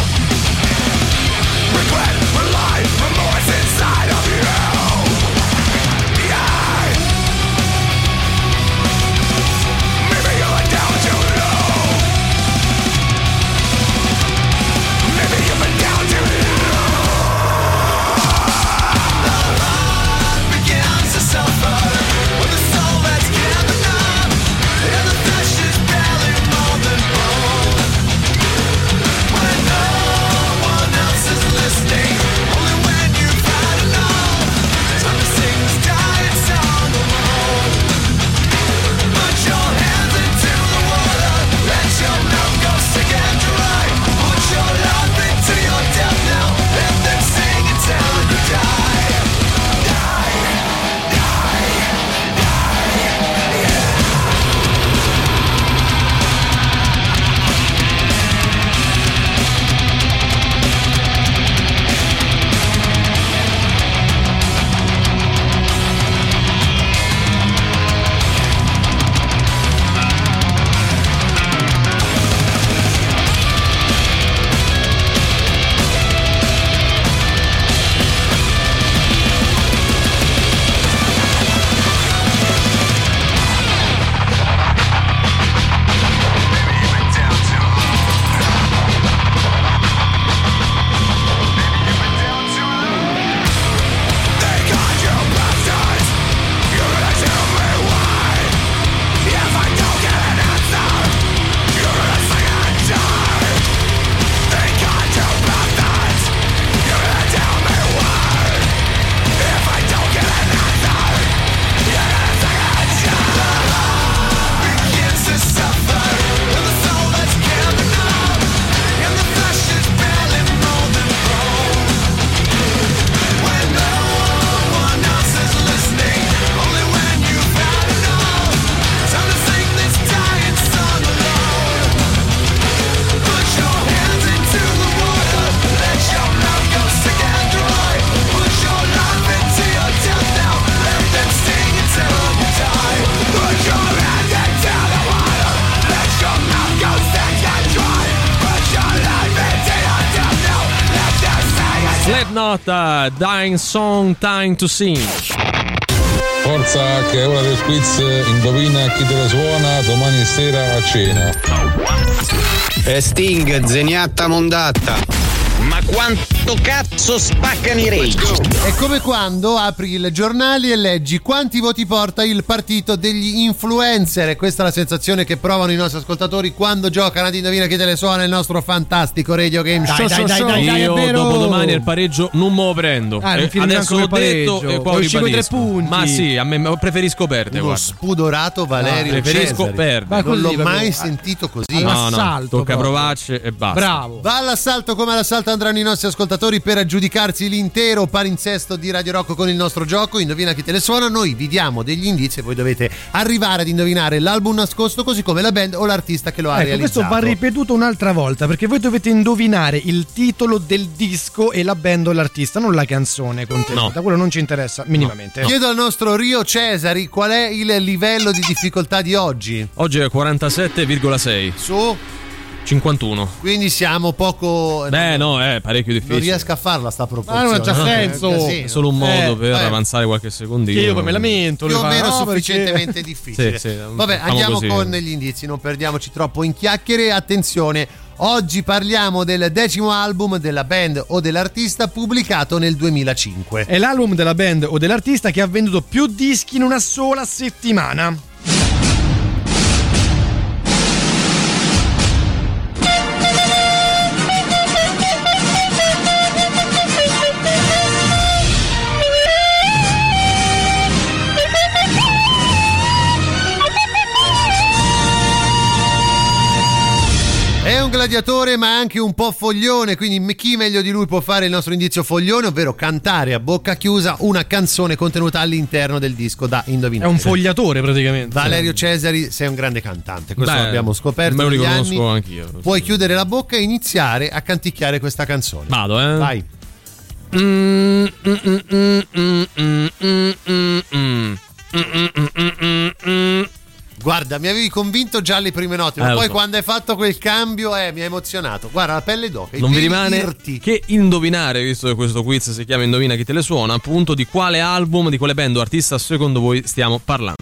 Regret, rely, remorse inside of you. Slipknot, Dying Song, Time to Sing. Forza che è ora del quiz, indovina chi te la suona domani sera a cena. Sting, Zeniatta Mondatta. Ma quanto cazzo spaccano i Rage? È come quando apri i giornali e leggi quanti voti porta il partito degli influencer, e questa è la sensazione che provano i nostri ascoltatori quando giocano ad Indovina chi te le suona, il nostro fantastico radio game show. Dai, io dopodomani il pareggio non me lo prendo. Adesso l'ho detto e poi ribadisco. Punti. Ma sì, a me preferisco perdere. Uno spudorato Valerio preferisco perdere. Non l'ho mai sentito così. No, tocca provarci e basta. Bravo. Va all'assalto come all'assalto andranno i nostri ascoltatori per aggiudicarsi l'intero palinsesto di Radio Rock con il nostro gioco Indovina chi te le suona. Noi vi diamo degli indizi e voi dovete arrivare ad indovinare l'album nascosto, così come la band o l'artista che lo ha realizzato. Questo va ripetuto un'altra volta, perché voi dovete indovinare il titolo del disco e la band o l'artista, non la canzone contenuta. Quello non ci interessa minimamente. Chiedo al nostro Rio Cesari qual è il livello di difficoltà di oggi. Oggi è 47,6 su 51. Quindi siamo poco. No, è parecchio difficile. Non riesco a farla sta proporzione. Non c'ha senso. È solo un modo per avanzare qualche secondino. Che io poi me lamento. Più o meno sufficientemente perché... difficile. Sì, vabbè, andiamo così. con gli indizi, non perdiamoci troppo in chiacchiere. Attenzione, Oggi parliamo del 10° album della band o dell'artista pubblicato nel 2005. È l'album della band o dell'artista che ha venduto più dischi in una sola settimana. È un gladiatore ma anche un po' foglione, quindi chi meglio di lui può fare il nostro indizio foglione, ovvero cantare a bocca chiusa una canzone contenuta all'interno del disco da indovinare. È un fogliatore praticamente. Valerio Cesari, sei un grande cantante, questo l'abbiamo scoperto. Me lo negli riconosco anni. anch'io. Puoi chiudere la bocca e iniziare a canticchiare questa canzone. Vado, Vai. Guarda, mi avevi convinto già alle prime note, ma poi quando hai fatto quel cambio mi ha emozionato. Guarda, la pelle d'oca. Non vi rimane che indovinare, visto che questo quiz si chiama Indovina chi te le suona, appunto di quale album, di quale band o artista secondo voi stiamo parlando.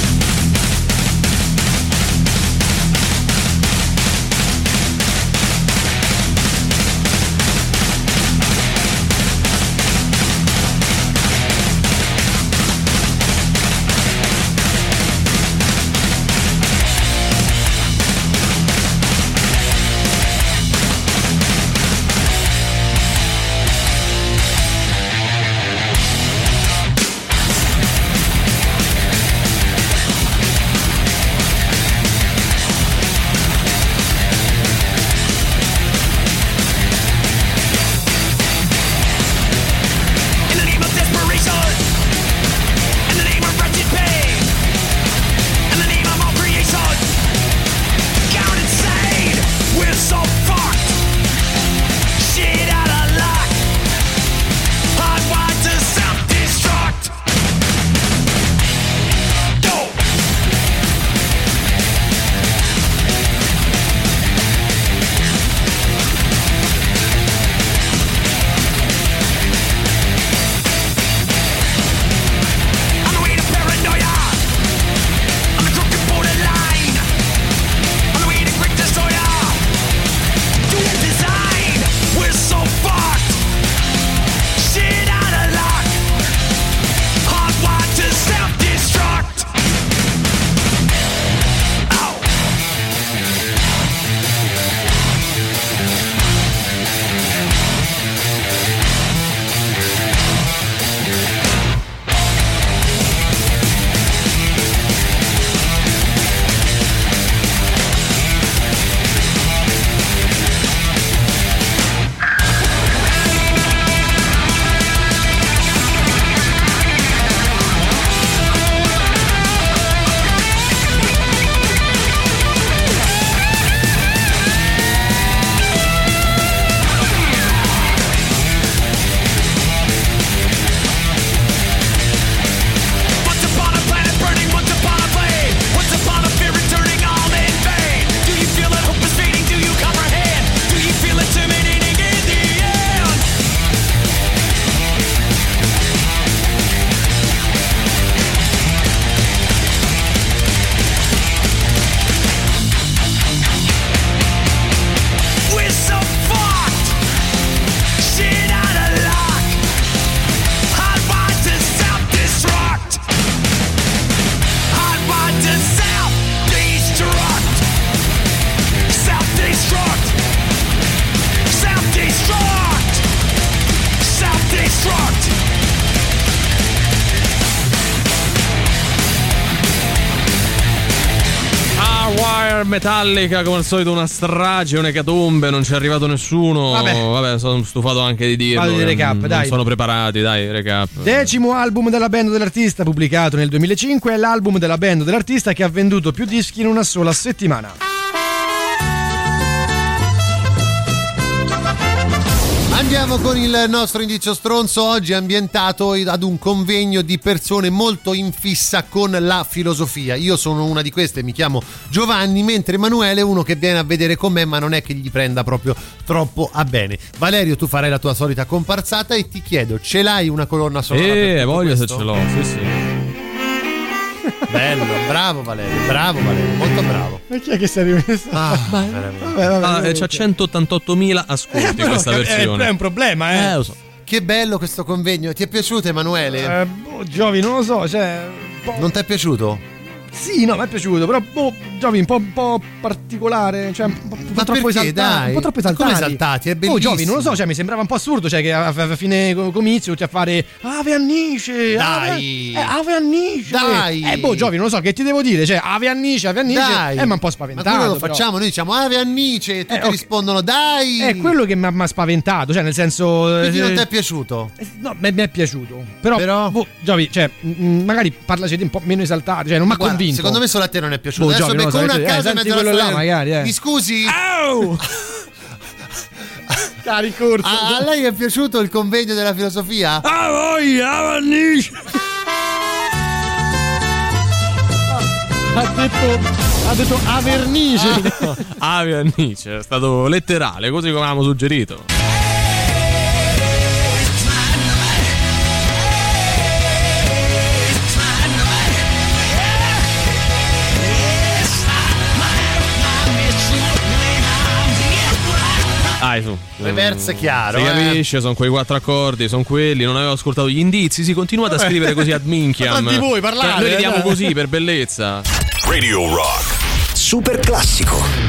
Metallica, come al solito una strage, un'ecatombe, non ci è arrivato nessuno. Vabbè, sono stufato anche di dirlo. Vado di recap, non dai. Sono preparati, dai, recap. 10° album della band o dell'artista pubblicato nel 2005 è l'album della band o dell'artista che ha venduto più dischi in una sola settimana. Andiamo con il nostro indizio stronzo, oggi ambientato ad un convegno di persone molto in fissa con la filosofia. Io sono una di queste, mi chiamo Giovanni, mentre Emanuele è uno che viene a vedere con me, ma non è che gli prenda proprio troppo a bene. Valerio, tu farai la tua solita comparsata e ti chiedo, ce l'hai una colonna sonora? Voglio questo? Se ce l'ho, sì. Bello, bravo Valerio, molto bravo. Ma chi è che sei rimesso? C'ha 188.000 ascolti questa versione. È un problema, lo so. Che bello questo convegno. Ti è piaciuto, Emanuele? Giovi, non lo so, cioè. Non ti è piaciuto? Sì, no, mi è piaciuto, però Giovi un po' particolare, cioè un po' troppo esaltati. Un po' troppo esaltati. Come esaltati? È bellissimo. Giovi, non lo so, cioè mi sembrava un po' assurdo, cioè che a fine comizio a fare Ave Annice. Dai. Ave Annice. Dai. Giovi, non lo so, che ti devo dire? Cioè Ave Annice. Dai. Ma un po' spaventato. Ma quello lo facciamo, noi diciamo Ave Annice e tutti rispondono dai. È quello che mi ha spaventato, cioè nel senso. Quindi non ti è piaciuto? No, mi è piaciuto. Però Giovi, cioè magari parlaci di un po' meno esaltati, cioè non mi ha convinto. Secondo me solo a te non è piaciuto. Adesso Giovi, becco uno a caso e mezzo alla storia. Magari, Mi scusi? Cari corso. A lei è piaciuto il convegno della filosofia? Ah, voglia, ha detto Avernice. Avernice, è stato letterale, così come avevamo suggerito. Su. Reverse chiaro. Si capisce, sono quei 4 accordi, sono quelli. Non avevo ascoltato gli indizi. Si continuate a scrivere così ad minchiam. Ma di voi parlate. Noi ridiamo così per bellezza. Radio Rock Super classico.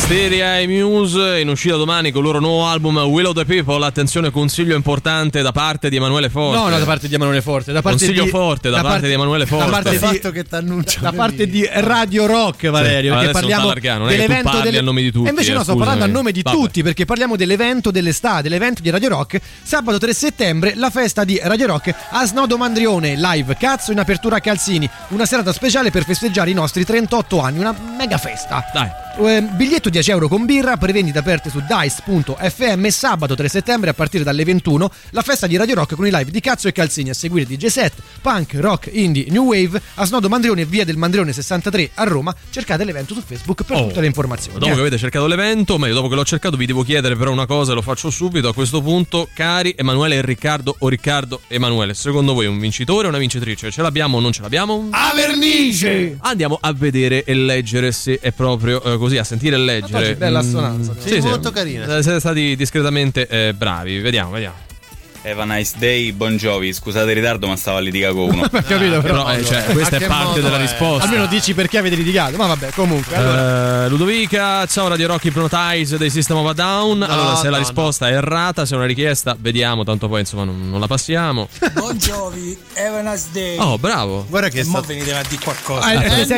Stereo e Muse in uscita domani con il loro nuovo album Will of the People. Attenzione, consiglio importante da parte di Emanuele Forte. No, da parte di Emanuele Forte, da parte consiglio forte da parte di Emanuele Forte. Da parte fatto che da parte di Radio Rock, Valerio, sì. Perché parliamo dell'evento a nome di tutti. E invece no, sto parlando a nome di tutti, perché parliamo dell'evento dell'estate, l'evento di Radio Rock. Sabato 3 settembre, la festa di Radio Rock a Snodo Mandrione, live cazzo in apertura a Calzini, una serata speciale per festeggiare i nostri 38 anni, una mega festa. Dai. Biglietto 10 euro con birra, prevendite aperte su dice.fm. Sabato 3 settembre a partire dalle 21 la festa di Radio Rock con i live di Cazzo e Calzini, a seguire DJ set, punk, rock, indie, new wave a Snodo Mandrione, via del Mandrione 63 a Roma. Cercate l'evento su Facebook per tutte le informazioni. Dopo che avete cercato l'evento, meglio, dopo che l'ho cercato vi devo chiedere però una cosa, lo faccio subito a questo punto, cari Emanuele e Riccardo, o Riccardo e Emanuele, secondo voi un vincitore o una vincitrice? Ce l'abbiamo o non ce l'abbiamo? A vernice! Andiamo a vedere e leggere se è proprio così, a sentire e leggere. Bella assonanza. Sì, molto carina. Siete stati discretamente bravi. Vediamo. Have a nice day, Bon Jovi. Scusate il ritardo, ma stavo a litigare con uno. Capito, però questa è parte della risposta. Almeno dici perché avete litigato. Ma vabbè, comunque. Allora. Ludovica, ciao Radio Rock Hypnotize dei System of a Down. Allora, se la risposta è errata, se è una richiesta, vediamo. Tanto poi insomma non la passiamo. Bon Jovi, have a nice day. Oh, bravo. Guarda che venite a dire qualcosa.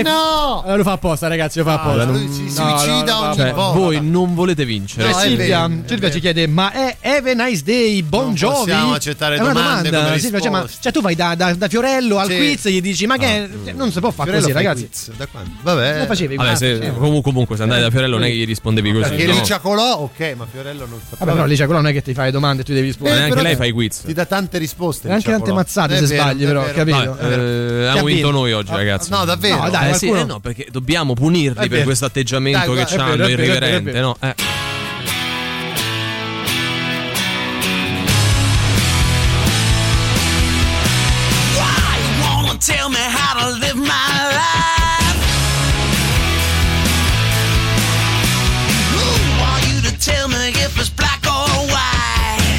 No! Lo fa apposta, ragazzi, lo fa apposta. Lui si suicida ogni volta. Voi non volete vincere. Silvia ci chiede: ma è have a nice day, Bon Jovi? Possiamo accettare domande come Silvia, cioè tu vai da Fiorello al quiz e gli dici ma che non si può fare così, ragazzi. Da quando? Vabbè. Lo facevi. Comunque se andai da Fiorello non è che gli rispondevi così. Perché Licia Colò, ok, ma Fiorello non sapeva. Vabbè, però Licia Colò non è che ti fai domande e tu devi rispondere. Neanche lei fa i quiz. Ti dà tante risposte. E anche tante mazzate se sbagli, però, capito? Abbiamo vinto noi oggi, ragazzi. No, davvero. No, dai, no, perché dobbiamo punirli per questo atteggiamento che hanno irriverente, no? Tell me how to live my life. Who are you to tell me if it's black or white?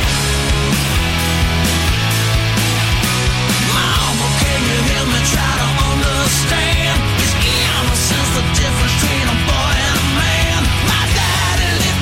Mama, can you hear me try to understand? Is innocence the difference between a boy and a man? My daddy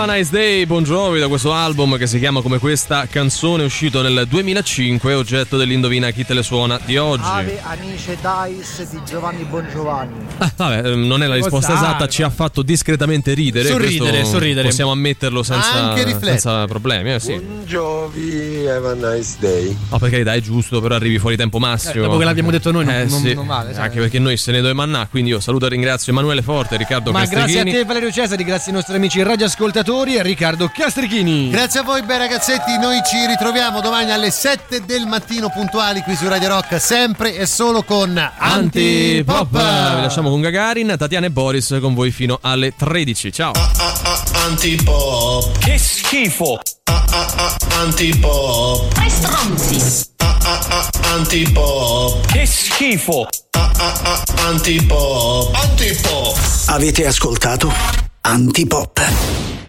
a Nice Day, Bon Jovi, da questo album che si chiama come questa canzone, uscito nel 2005, oggetto dell'Indovina chi te le suona di oggi. Ave Anice Dais di Giovanni Bongiovanni. Vabbè, non è la risposta esatta, ci ha fatto discretamente ridere. Sorridere. Possiamo ammetterlo senza problemi. Sì. Bon Jovi, have a nice day. No, perché dai, è giusto, però arrivi fuori tempo massimo. Dopo che l'abbiamo detto noi, sì. non vale. Anche perché noi se ne dovevamo andare, quindi io saluto e ringrazio Emanuele Forte, Riccardo Castrichini. Grazie a te Valerio Cesari, grazie ai nostri amici radioascoltatori e a Riccardo Castrichini. Grazie a voi bei ragazzetti, noi ci ritroviamo domani alle 7 del mattino puntuali qui su Radio Rock, sempre e solo con Antipop. Vi lasciamo con Gagarin, Tatiana e Boris con voi fino alle 13. Ciao. Antipop. Che schifo. Antipop. Tre stronzi. Antipop. Che schifo. Antipop. Avete ascoltato Antipop.